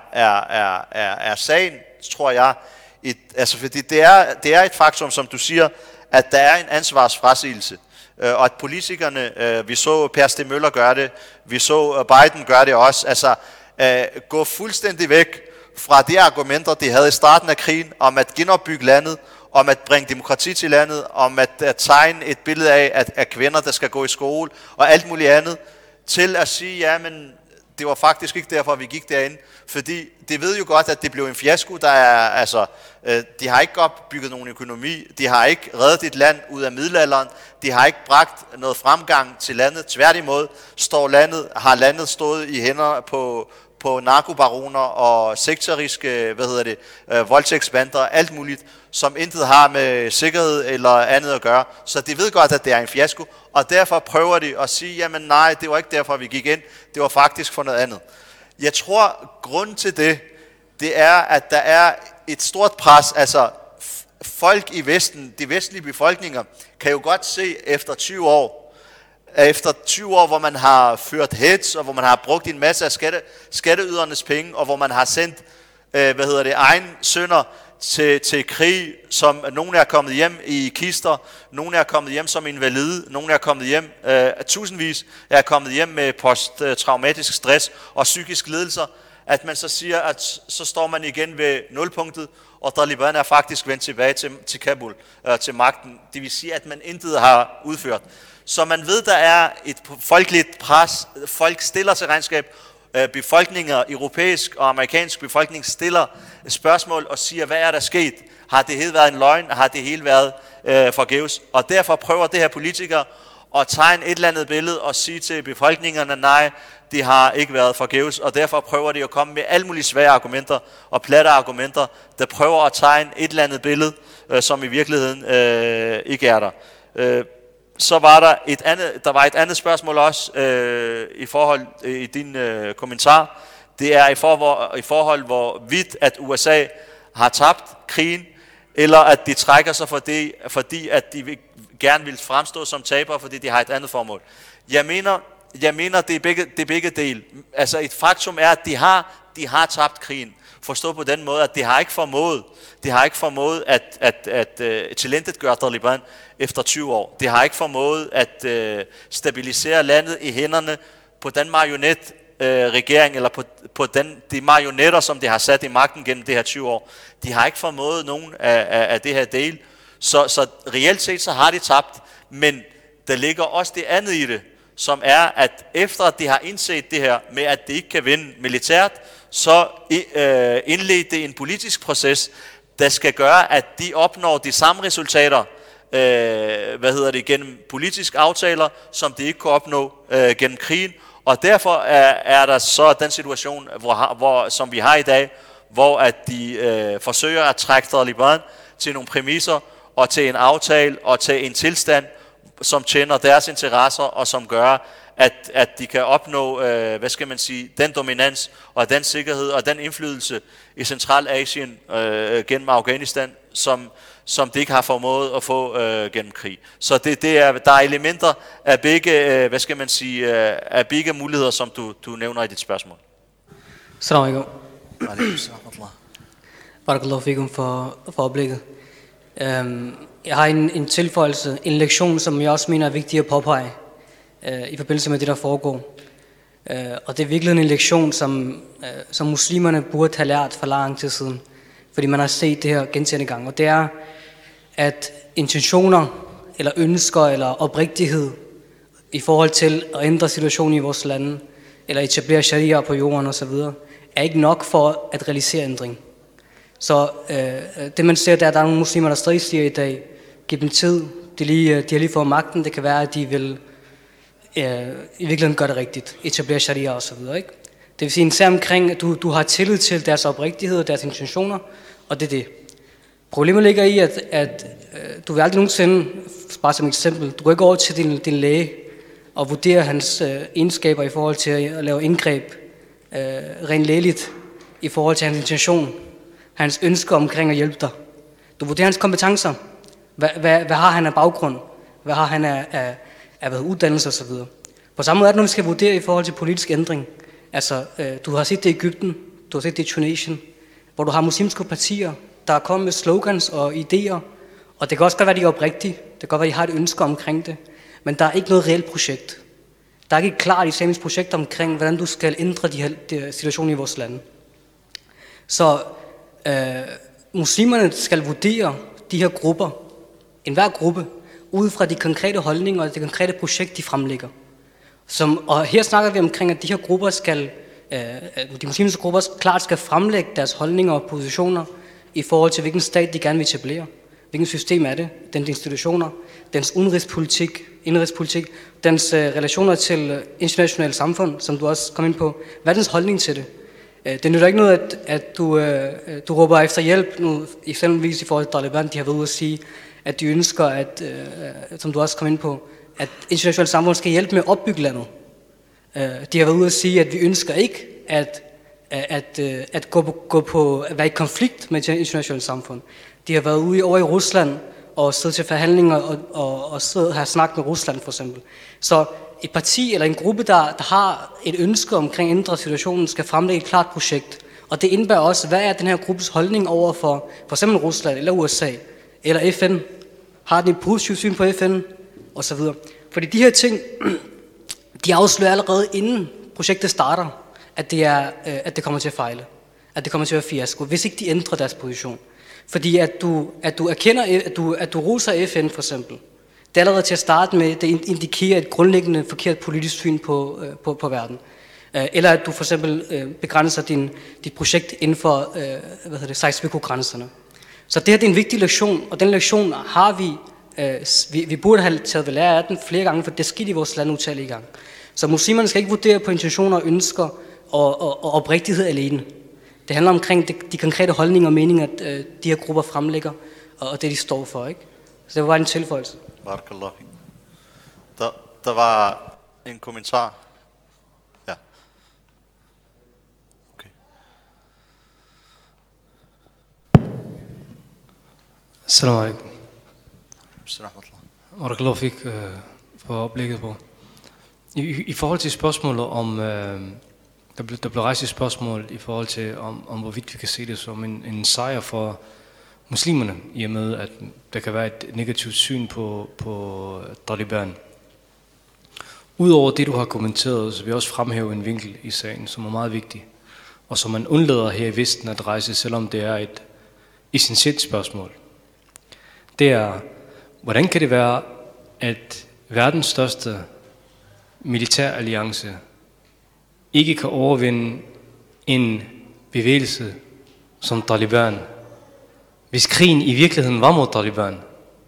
er sagen, tror jeg, fordi det er et faktum, som du siger, at der er en ansvarsfrasigelse, og at politikerne, vi så Per Stig Møller gøre det, vi så Biden gøre det også, gå fuldstændig væk fra de argumenter, de havde i starten af krigen, om at genopbygge landet, om at bringe demokrati til landet, om at tegne et billede af, at kvinder, der skal gå i skole, og alt muligt andet, til at sige, ja, men det var faktisk ikke derfor, vi gik derind, fordi de ved jo godt, at det blev en fiasko, de har ikke opbygget nogen økonomi, de har ikke reddet et land ud af middelalderen, de har ikke bragt noget fremgang til landet, tværtimod har landet stået i hænder på narkobaroner og sektoriske, voldtægtsbander og alt muligt, som intet har med sikkerhed eller andet at gøre. Så de ved godt, at det er en fiasko, og derfor prøver de at sige, jamen nej, det var ikke derfor, vi gik ind, det var faktisk for noget andet. Jeg tror, grunden til det er, at der er et stort pres, folk i Vesten, de vestlige befolkninger, kan jo godt se efter 20 år, hvor man har ført hets, og hvor man har brugt en masse af skatteydernes penge, og hvor man har sendt egen sønner til krig, som nogle er kommet hjem i kister, nogle er kommet hjem som invalide, nogle er kommet hjem, tusindvis er kommet hjem med posttraumatisk stress og psykisk lidelser, at man så siger, at så står man igen ved nulpunktet, og Taliban er faktisk vendt tilbage til Kabul, til magten. Det vil sige, at man intet har udført. Så man ved, der er et folkeligt pres, folk stiller til regnskab, befolkninger, europæisk og amerikansk befolkning stiller spørgsmål og siger, hvad er der sket? Har det hele været en løgn? Har det hele været forgæves? Og derfor prøver det her politikere at tegne et eller andet billede og sige til befolkningerne, nej, det har ikke været forgæves, og derfor prøver de at komme med alle mulige svære argumenter og platte argumenter, der prøver at tegne et eller andet billede, som i virkeligheden ikke er der. Så var der var et andet spørgsmål også i forhold i din kommentar. Det er i forhold hvorvidt at USA har tabt krigen, eller at de trækker sig fordi at de gerne vil fremstå som tabere, fordi de har et andet formål. Jeg mener det er begge dele. Altså et faktum er, at de har tabt krigen. Forstå på den måde, at de har ikke formået at tilintetgøre Taliban efter 20 år. De har ikke formået at stabilisere landet i hænderne på den marionetregering, eller på de marionetter, som de har sat i magten gennem det her 20 år. De har ikke formået nogen af det her del. Så reelt set så har de tabt, men der ligger også det andet i det, som er, at efter at de har indset det her med, at de ikke kan vinde militært, så indledte det en politisk proces, der skal gøre, at de opnår de samme resultater, gennem politiske aftaler, som de ikke kunne opnå gennem krigen. Og derfor er der så den situation, som vi har i dag, hvor at de forsøger at trække Taliban til nogle præmisser, og til en aftale, og til en tilstand, som tjener deres interesser, og som gør, at de kan opnå, den dominans, og den sikkerhed, og den indflydelse i Centralasien gennem Afghanistan, som de ikke har formået at få gennem krig. Så der er elementer af begge, af begge muligheder, som du nævner i dit spørgsmål. Assalamu alaikum. Barakallahu fikum for oplægget. Jeg har en tilføjelse, en lektion, som jeg også mener er vigtig at påpege i forbindelse med det, der foregår. Og det er virkelig en lektion, som muslimerne burde have lært for lang tid siden, fordi man har set det her gentagne gange. Og det er, at intentioner, eller ønsker, eller oprigtighed i forhold til at ændre situationen i vores lande, eller etablere sharia på jorden osv., er ikke nok for at realisere ændring. Så det man ser, der er nogle muslimer, der stadig siger i dag, giv dem tid, de har lige fået magten, det kan være, at de vil i virkeligheden gøre det rigtigt, etablere sharia og så videre, ikke? Det vil sige især omkring, at du har tillid til deres oprigtighed og deres intentioner, og det er det. Problemet ligger i, at du vil aldrig nogensinde, bare som eksempel, du går ikke over til din læge og vurdere hans egenskaber i forhold til at lave indgreb rent lægeligt, i forhold til hans intention, hans ønsker omkring at hjælpe dig. Du vurderer hans kompetencer. Hvad har han af baggrund? Hvad har han af uddannelse osv.? På samme måde er det, når vi skal vurdere i forhold til politisk ændring. Altså, du har set det i Egypten, du har set det i Tunesien, hvor du har muslimske partier, der er kommet med slogans og idéer, og det kan også godt være, de er oprigtige, det kan godt være, de har et ønske omkring det, men der er ikke noget reelt projekt. Der er ikke et klart islamisk projekt omkring, hvordan du skal ændre de situationer i vores lande. Så muslimerne skal vurdere de her grupper, enhver gruppe, ud fra de konkrete holdninger og det konkrete projekt, de fremlægger. Og her snakker vi omkring, at de her grupper de muslimske grupper klart skal fremlægge deres holdninger og positioner i forhold til, hvilken stat de gerne vil etablere. Hvilken system er det? Dens institutioner, dens indrigspolitik, dens relationer til internationale samfund, som du også kom ind på. Hvad er dens holdning til det? Det nytter ikke noget, at du råber efter hjælp, nu eksempelvis i forhold til Taliban, de har været ude at sige, at de ønsker, at, som du også kom ind på, at internationale samfund skal hjælpe med at opbygge landet. De har været ude at sige, at vi ønsker ikke at være i konflikt med det internationale samfund. De har været ude over i Rusland og siddet til forhandlinger og har snakket med Rusland for eksempel. Så et parti eller en gruppe, der har et ønske omkring at ændre situationen, skal fremlægge et klart projekt. Og det indebærer også, hvad er den her gruppes holdning over for eksempel Rusland eller USA eller FN. Har den et positivt syn på FN og så videre. Fordi de her ting, de afslører allerede inden projektet starter, at det kommer til at fejle. At det kommer til at være fiasko, hvis ikke de ændrer deres position. Fordi at du erkender, at du roser FN for eksempel, det er allerede til at starte med, det indikerer et grundlæggende forkert politisk syn på verden. Eller at du for eksempel begrænser dit projekt inden for Sykes-Picot-grænserne. Så det her det er en vigtig lektion, og den lektion har vi burde have taget ved lære af den flere gange, for det skete i vores land utallige gange. Så muslimerne skal ikke vurdere på intentioner, ønsker og oprigtighed alene. Det handler omkring de konkrete holdninger og meninger, de her grupper fremlægger, og det de står for, ikke? Så det var en tilføjelse. Barakallahu. Der var en kommentar. Ja. Okay. Assalamu alaikum. Barakallahu fik for oplægget på. I forhold til spørgsmålet om, der blev rejst et spørgsmål i forhold til, om hvorvidt vi kan se det som en sejr for muslimerne, i og med, at der kan være et negativt syn på Taliban. Udover det, du har kommenteret, så vil jeg også fremhæve en vinkel i sagen, som er meget vigtig, og som man undlader her i Vesten at rejse, selvom det er et essentielt spørgsmål. Det er, hvordan kan det være, at verdens største militæralliance ikke kan overvinde en bevægelse som Taliban, hvis krigen i virkeligheden var mod Taliban?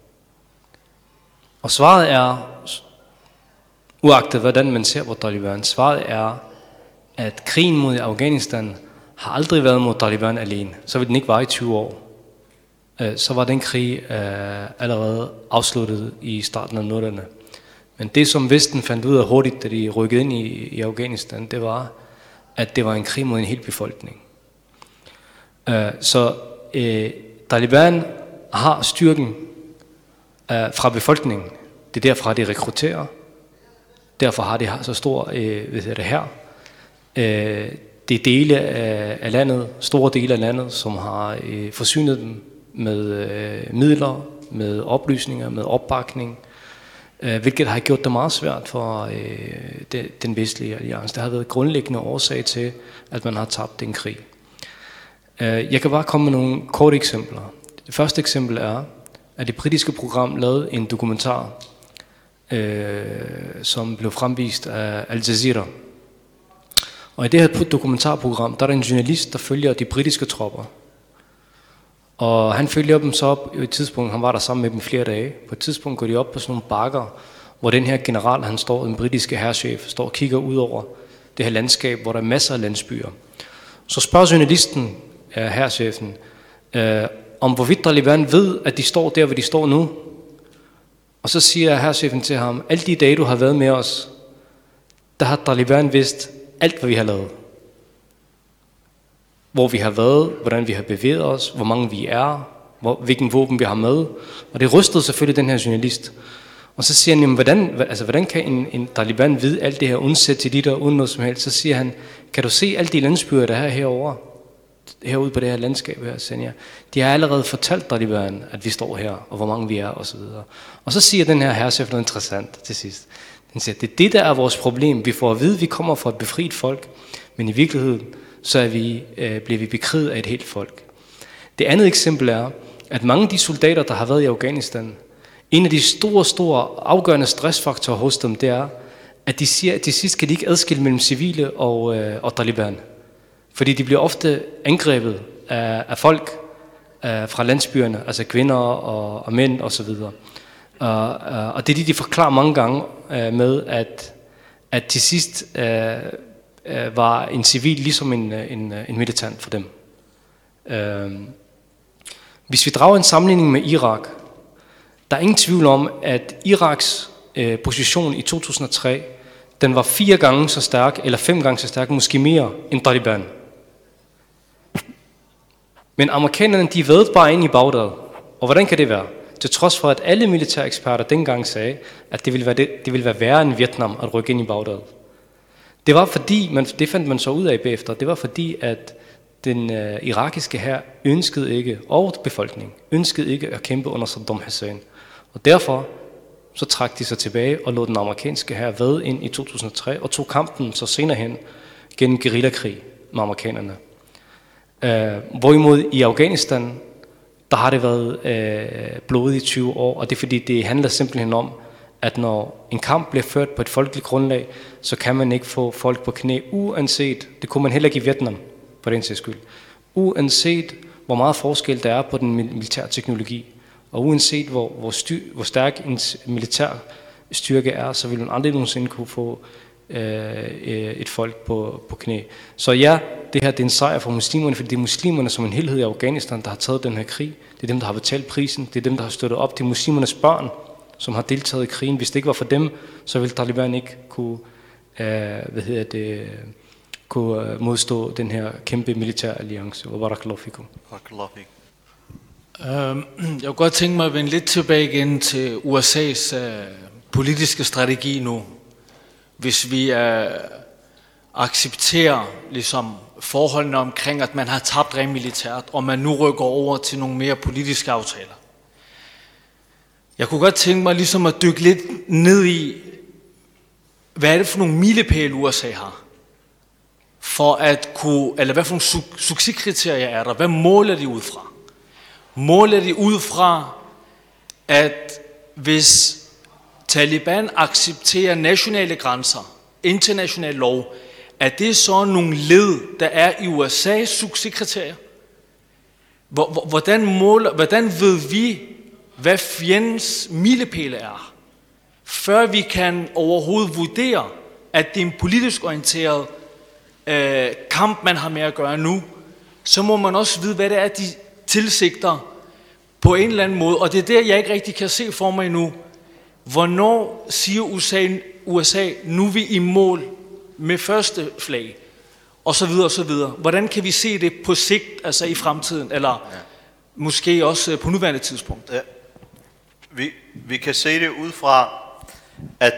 Og svaret er, uagtet hvordan man ser på Taliban, svaret er, at krigen mod Afghanistan har aldrig været mod Taliban alene. Så vil den ikke vare i 20 år. Så var den krig allerede afsluttet i starten af 00'erne. Men det som Vesten fandt ud af hurtigt, da de rykkede ind i Afghanistan, det var, at det var en krig mod en hel befolkning. Så Taliban har styrken fra befolkningen. Det er derfra, de rekrutterer. Derfor har de så stor her. Det er dele af landet, store dele af landet, som har forsynet dem med midler, med oplysninger, med opbakning, hvilket har gjort det meget svært for den vestlige alliance. Det har været grundlæggende årsag til, at man har tabt den krig. Jeg kan bare komme med nogle korte eksempler. Det første eksempel er, at det britiske program lavede en dokumentar, som blev fremvist af Al Jazeera. Og i det her dokumentarprogram, der er der en journalist, der følger de britiske tropper. Og han følger dem så op i et tidspunkt, han var der sammen med dem flere dage. På et tidspunkt går de op på sådan nogle bakker, hvor den her general, han står, den britiske hærchef, står og kigger ud over det her landskab, hvor der er masser af landsbyer. Så spørger journalisten, hærchefen, om hvorvidt Taliban ved, at de står der, hvor de står nu. Og så siger hærchefen til ham, alle de dage, du har været med os, der har Taliban vidst alt, hvad vi har lavet. Hvor vi har været, hvordan vi har bevæget os, hvor mange vi er, hvilken våben vi har med. Og det rystede selvfølgelig den her journalist. Og så siger han, jamen, hvordan kan en Taliban vide alt det her, undsæt til de der, uden noget som helst? Så siger han, kan du se alle de landsbyer, der er herovre? Herude på det her landskab her, siger jeg. De har allerede fortalt Taliban, at vi står her, og hvor mange vi er, osv. Og så siger den her hærchef noget interessant til sidst. Den siger, det er det, der er vores problem. Vi får at vide, at vi kommer fra et befriet folk, men i virkeligheden, så bliver vi bekriget af et helt folk. Det andet eksempel er, at mange af de soldater, der har været i Afghanistan, en af de store afgørende stressfaktorer hos dem, det er, at de siger, at til sidst kan de ikke adskille mellem civile og Taliban. Fordi de bliver ofte angrebet af folk fra landsbyerne, altså kvinder og mænd osv. Og det er de forklarer mange gange med, at til sidst var en civil ligesom en militant for dem. Hvis vi drager en sammenligning med Irak, der er ingen tvivl om, at Iraks position i 2003, den var 4 gange så stærk, eller 5 gange så stærk, måske mere end Taliban. Men amerikanerne, de ved bare ind i Bagdad. Og hvordan kan det være? Til trods for, at alle militære eksperter dengang sagde, at det ville være værre end Vietnam at rykke ind i Bagdad. Det var fordi, det fandt man så ud af bagefter, det var fordi, at den irakiske hær ønskede ikke, og befolkningen ønskede ikke at kæmpe under Saddam Hussein. Og derfor så trak de sig tilbage og lod den amerikanske hær væde ind i 2003 og tog kampen så senere hen gennem guerillakrig med amerikanerne. Hvorimod i Afghanistan, der har det været blodigt i 20 år, og det er fordi, det handler simpelthen om, at når en kamp bliver ført på et folkeligt grundlag, så kan man ikke få folk på knæ, uanset, det kunne man heller ikke i Vietnam, på den sags skyld, uanset hvor meget forskel der er på den militære teknologi, og uanset hvor stærk en militær styrke er, så vil man aldrig nogensinde kunne få et folk på knæ. Så ja, det her det er en sejr for muslimerne, fordi det er muslimerne som en helhed i Afghanistan, der har taget den her krig. Det er dem, der har betalt prisen. Det er dem, der har støttet op. Det er muslimernes børn, som har deltaget i krigen. Hvis det ikke var for dem, så ville Taliban ikke kunne, kunne modstå den her kæmpe militære alliance. Barakallahu fikum. Jeg kunne godt tænke mig at vende lidt tilbage igen til USA's politiske strategi nu. Hvis vi accepterer ligesom forholdene omkring, at man har tabt rent militært, og man nu rykker over til nogle mere politiske aftaler. Jeg kunne godt tænke mig ligesom at dykke lidt ned i, hvad er det for nogle milepæle USA har? For at kunne, eller hvad for nogle succeskriterier er der? Hvad måler de ud fra? Måler de ud fra, at hvis Taliban accepterer nationale grænser, international lov, er det så nogle led, der er i USA's succeskriterier? Hvordan ved vi, hvad fjendens milepæle er, før vi kan overhovedet vurdere, at det er en politisk orienteret kamp, man har med at gøre nu, så må man også vide, hvad det er, de tilsigter på en eller anden måde. Og det er der, jeg ikke rigtig kan se for mig nu. Hvornår siger USA, nu er vi i mål med første flag, og så videre, og så videre. Hvordan kan vi se det på sigt, altså i fremtiden, eller måske også på nuværende tidspunkt? Ja. Vi kan se det ud fra, at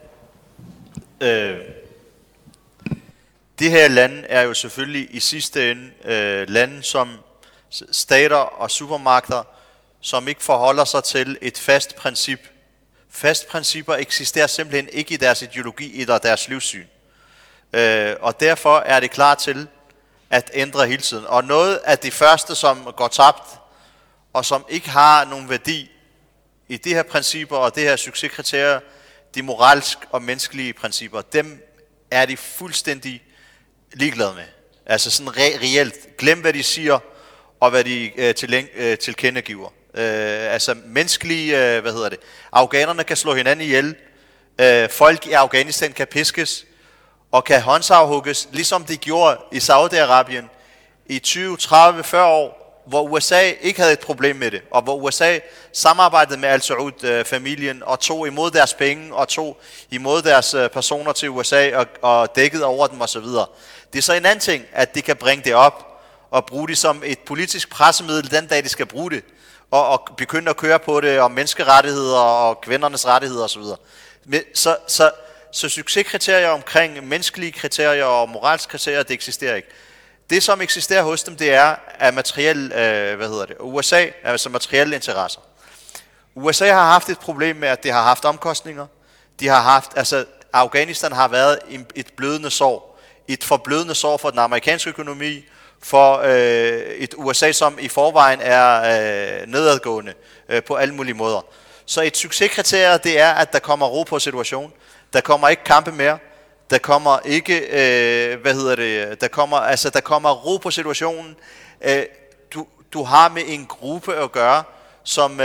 det her lande er jo selvfølgelig i sidste ende lande som stater og supermagter, som ikke forholder sig til et fast princip. Fast principper eksisterer simpelthen ikke i deres ideologi eller deres livssyn. Og derfor er det klar til at ændre hele tiden. Og noget af det første, som går tabt, og som ikke har nogen værdi i de her principper og det her succeskriterier, de moralske og menneskelige principper, dem er de fuldstændig ligeglade med. Altså sådan reelt. Glem hvad de siger, og hvad de tilkendegiver. Altså menneskelige, afghanerne kan slå hinanden ihjel, folk i Afghanistan kan piskes, og kan håndsafhugges, ligesom de gjorde i Saudi-Arabien i 20, 30, 40 år, hvor USA ikke havde et problem med det, og hvor USA samarbejdede med Al Saud-familien og tog imod deres penge, og tog imod deres personer til USA og dækkede over dem osv. Det er så en anden ting, at de kan bringe det op og bruge det som et politisk pressemiddel den dag, de skal bruge det, og begynde at køre på det om menneskerettigheder og kvindernes rettigheder osv. Så succeskriterier omkring menneskelige kriterier og moralske kriterier, det eksisterer ikke. Det, som eksisterer hos dem, det er af materiel, USA, altså materielle interesser. USA har haft et problem med, at det har haft omkostninger. De har haft, Afghanistan har været et blødende sår. Et forblødende sår for den amerikanske økonomi, for et USA, som i forvejen er nedadgående på alle mulige måder. Så et succeskriterie, det er, at der kommer ro på situationen. Der kommer ikke kampe mere. Der kommer ikke, der kommer ro på situationen. Du har med en gruppe at gøre, som,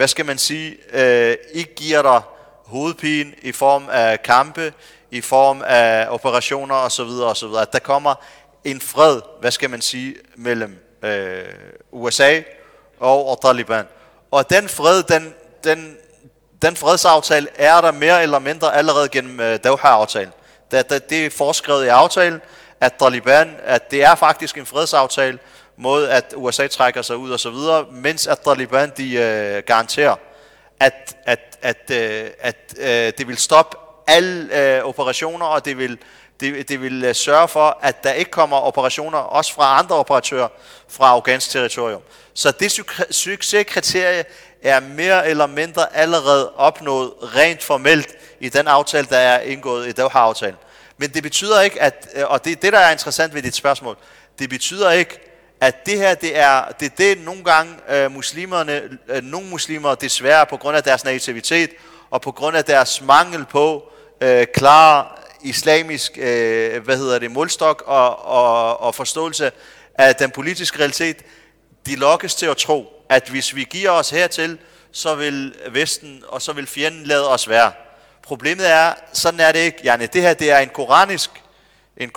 ikke giver dig hovedpine i form af kampe, i form af operationer osv. osv. At der kommer en fred, mellem USA og Taliban. Og den fred, den fredsaftale er der mere eller mindre allerede gennem Doha-aftalen. Det er foreskrevet i aftalen, at Taliban, at det er faktisk en fredsaftale mod at USA trækker sig ud og så videre, mens at Taliban de garanterer, at det vil stoppe alle operationer, og det vil sørge for, at der ikke kommer operationer også fra andre operatører fra afghansk territorium. Så det succeskriterie er mere eller mindre allerede opnået rent formelt i den aftale, der er indgået i Doha-aftalen. Men det betyder ikke, og det er det, der er interessant ved dit spørgsmål, det betyder ikke, at det her, det er nogle gange nogle muslimer desværre på grund af deres naivitet, og på grund af deres mangel på klar islamisk målstok og forståelse af den politiske realitet, de lokkes til at tro, at hvis vi giver os hertil, så vil Vesten og så vil fjenden lade os være. Problemet er, sådan er det ikke. Det her, det er en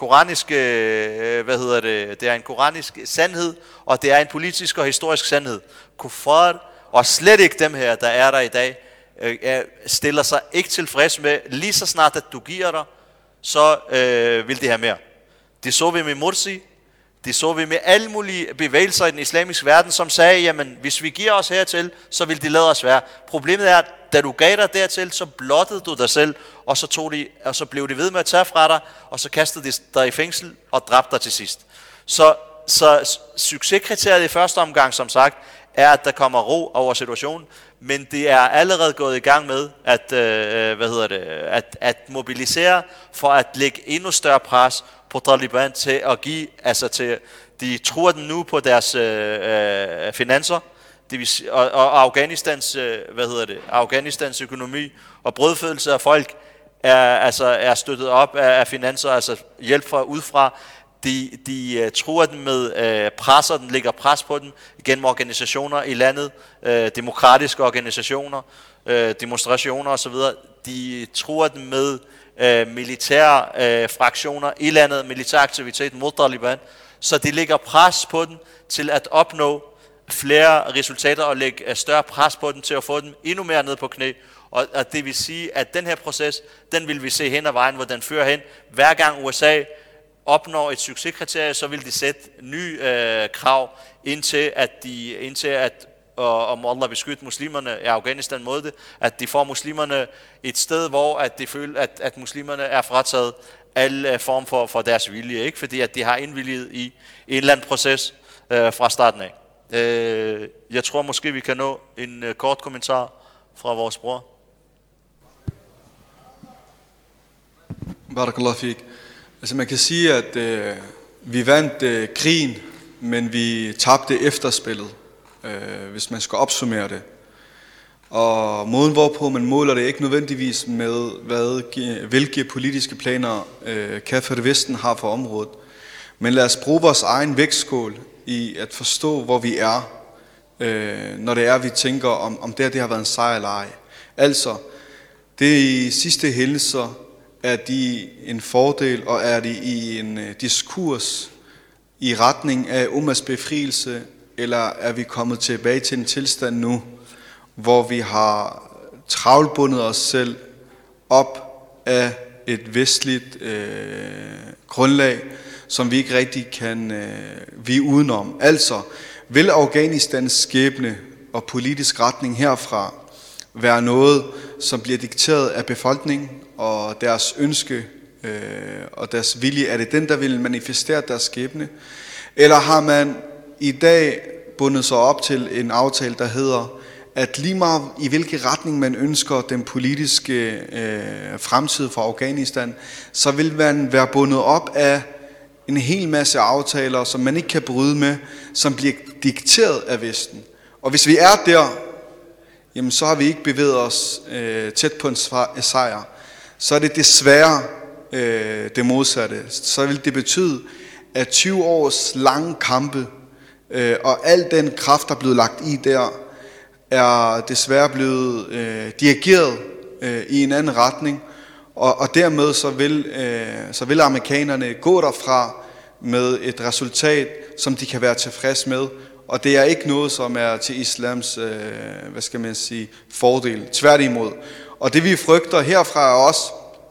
koranisk sandhed, og det er en politisk og historisk sandhed. Kuffar, og slet ikke dem her, der er der i dag, stiller sig ikke tilfreds med, lige så snart at du giver dig, så vil de have mere. Det så vi med Morsi, det så vi med alle mulige bevægelser i den islamiske verden, som sagde, jamen hvis vi giver os hertil, så vil de lade os være. Problemet er, at da du gav dig dertil, så blottede du dig selv, og så blev de ved med at tage fra dig, og så kastede de dig i fængsel og dræbte dig til sidst. Så succeskriteriet i første omgang, som sagt, er, at der kommer ro over situationen, men det er allerede gået i gang med at mobilisere for at lægge endnu større pres på Taliban til at give, de truer den nu på deres finanser, og Afghanistans, Afghanistans økonomi og brødfødelse af folk er støttet op af finanser, altså hjælp fra udefra. De truer den med presser, den lægger pres på den gennem organisationer i landet, demokratiske organisationer, demonstrationer osv. De truer den med militære fraktioner i landet, militær aktivitet mod Taliban, så de lægger pres på den til at opnå flere resultater og lægge større pres på den til at få den endnu mere ned på knæ. Og det vil sige, at den her proces, den vil vi se hen ad vejen, hvor den fører hen. Hver gang USA opnår et succeskriterie, så vil de sætte nye krav indtil at og må Allah beskytte muslimerne i Afghanistan mod det, at de får muslimerne et sted, hvor at de føler, at muslimerne er frataget alle form for deres vilje, ikke? Fordi at de har indvilliget i en eller anden proces fra starten af. Jeg tror måske, vi kan nå en kort kommentar fra vores bror. Barakallah fik. Altså man kan sige, at vi vandt krigen, men vi tabte efterspillet, hvis man skal opsummere det. Og måden hvorpå man måler det ikke nødvendigvis med, hvilke politiske planer Kafir Vesten har for området. Men lad os bruge vores egen vægtskål i at forstå, hvor vi er, når det er, vi tænker, om det har været en sejr eller ej. Altså, det i sidste hændelser er de en fordel, og er de i en diskurs i retning af Ummas befrielse, eller er vi kommet tilbage til en tilstand nu, hvor vi har travlbundet os selv op af et vestligt grundlag, som vi ikke rigtig kan vige udenom. Altså, vil Afghanistans skæbne og politisk retning herfra være noget, som bliver dikteret af befolkningen og deres ønske og deres vilje? Er det den, der vil manifestere deres skæbne? Eller har man i dag bundet sig op til en aftale, der hedder, at lige meget i hvilken retning man ønsker den politiske fremtid for Afghanistan, så vil man være bundet op af en hel masse aftaler, som man ikke kan bryde med, som bliver dikteret af Vesten. Og hvis vi er der, jamen så har vi ikke bevæget os tæt på en sejr. Så er det desværre det modsatte. Så vil det betyde, at 20 års lange kampe og al den kraft, der er blevet lagt i der, er desværre blevet dirigeret i en anden retning, og dermed så vil amerikanerne gå derfra med et resultat, som de kan være tilfreds med, og det er ikke noget, som er til islams fordel, tværtimod. Og det vi frygter herfra er også,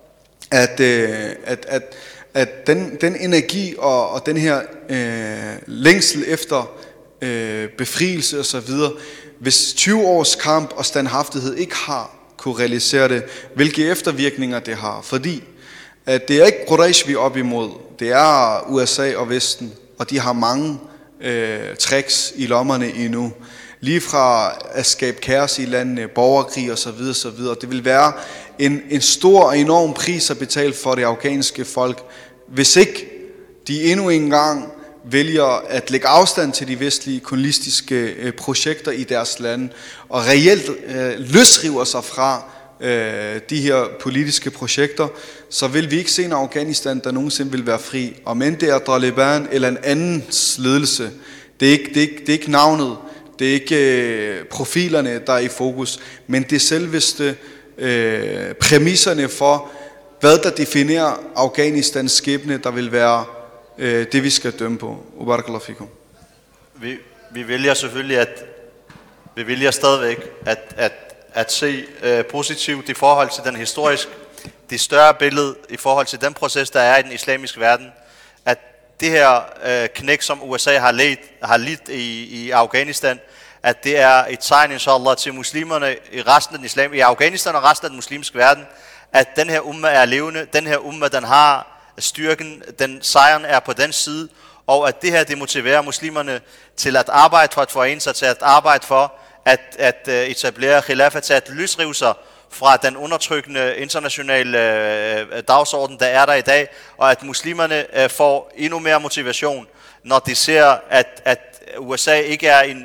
at den energi og den her længsel efter befrielse og så videre, hvis 20 års kamp og standhaftighed ikke har kunne realisere det, hvilke eftervirkninger det har. Fordi at det er ikke Quraysh, vi er op imod. Det er USA og Vesten, og de har mange tricks i lommerne endnu. Lige fra at skabe kaos i landene, borgerkrig og så videre, så videre. Det vil være en stor og enorm pris at betale for det afghanske folk, hvis ikke de endnu en gang vælger at lægge afstand til de vestlige kolonialistiske projekter i deres lande, og reelt løsriver sig fra de her politiske projekter, så vil vi ikke se en Afghanistan, der nogensinde vil være fri. Om end det er Taliban eller en andens ledelse, det er ikke navnet, det er ikke profilerne, der er i fokus, men det er selveste præmisserne for, hvad der definerer Afghanistans skæbne, der vil være det, vi skal dømme på. Barakallahu fikum. Vi vælger selvfølgelig vi vælger stadigvæk at se positivt i forhold til den det større billede i forhold til den proces, der er i den islamiske verden, at det her knæk, som USA har lidt i Afghanistan, at det er et tegn, inshallah, til muslimerne i Afghanistan og resten af den muslimske verden, at den her umma er levende, den her umma, den har styrken, sejren er på den side, og at det her, det motiverer muslimerne til at arbejde for at forene sig, til at arbejde for at etablere khilafat, til at løsrive sig fra den undertrykkende internationale dagsorden, der er der i dag, og at muslimerne får endnu mere motivation, når de ser, at USA ikke er en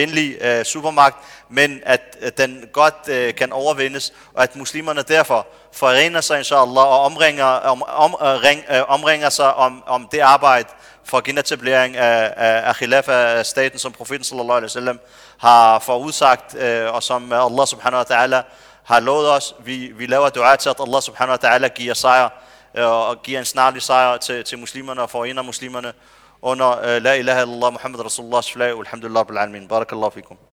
uovervindelig supermagt, men at den godt kan overvindes, og at muslimerne derfor forener sig inshallah og omringer sig om det arbejde for genetablering af khilafa-staten, som profeten sallallahu alaihi wasallam har forudsagt, og som Allah subhanahu wa ta'ala har lovet os. Vi laver dua til, at Allah subhanahu wa ta'ala giver sejr, og giver en snarlig sejr til muslimerne og forener muslimerne under la ilaha illallah Muhammad Rasulullah sallallahu alhamdulillah bil alamin. Barakallahu fikum.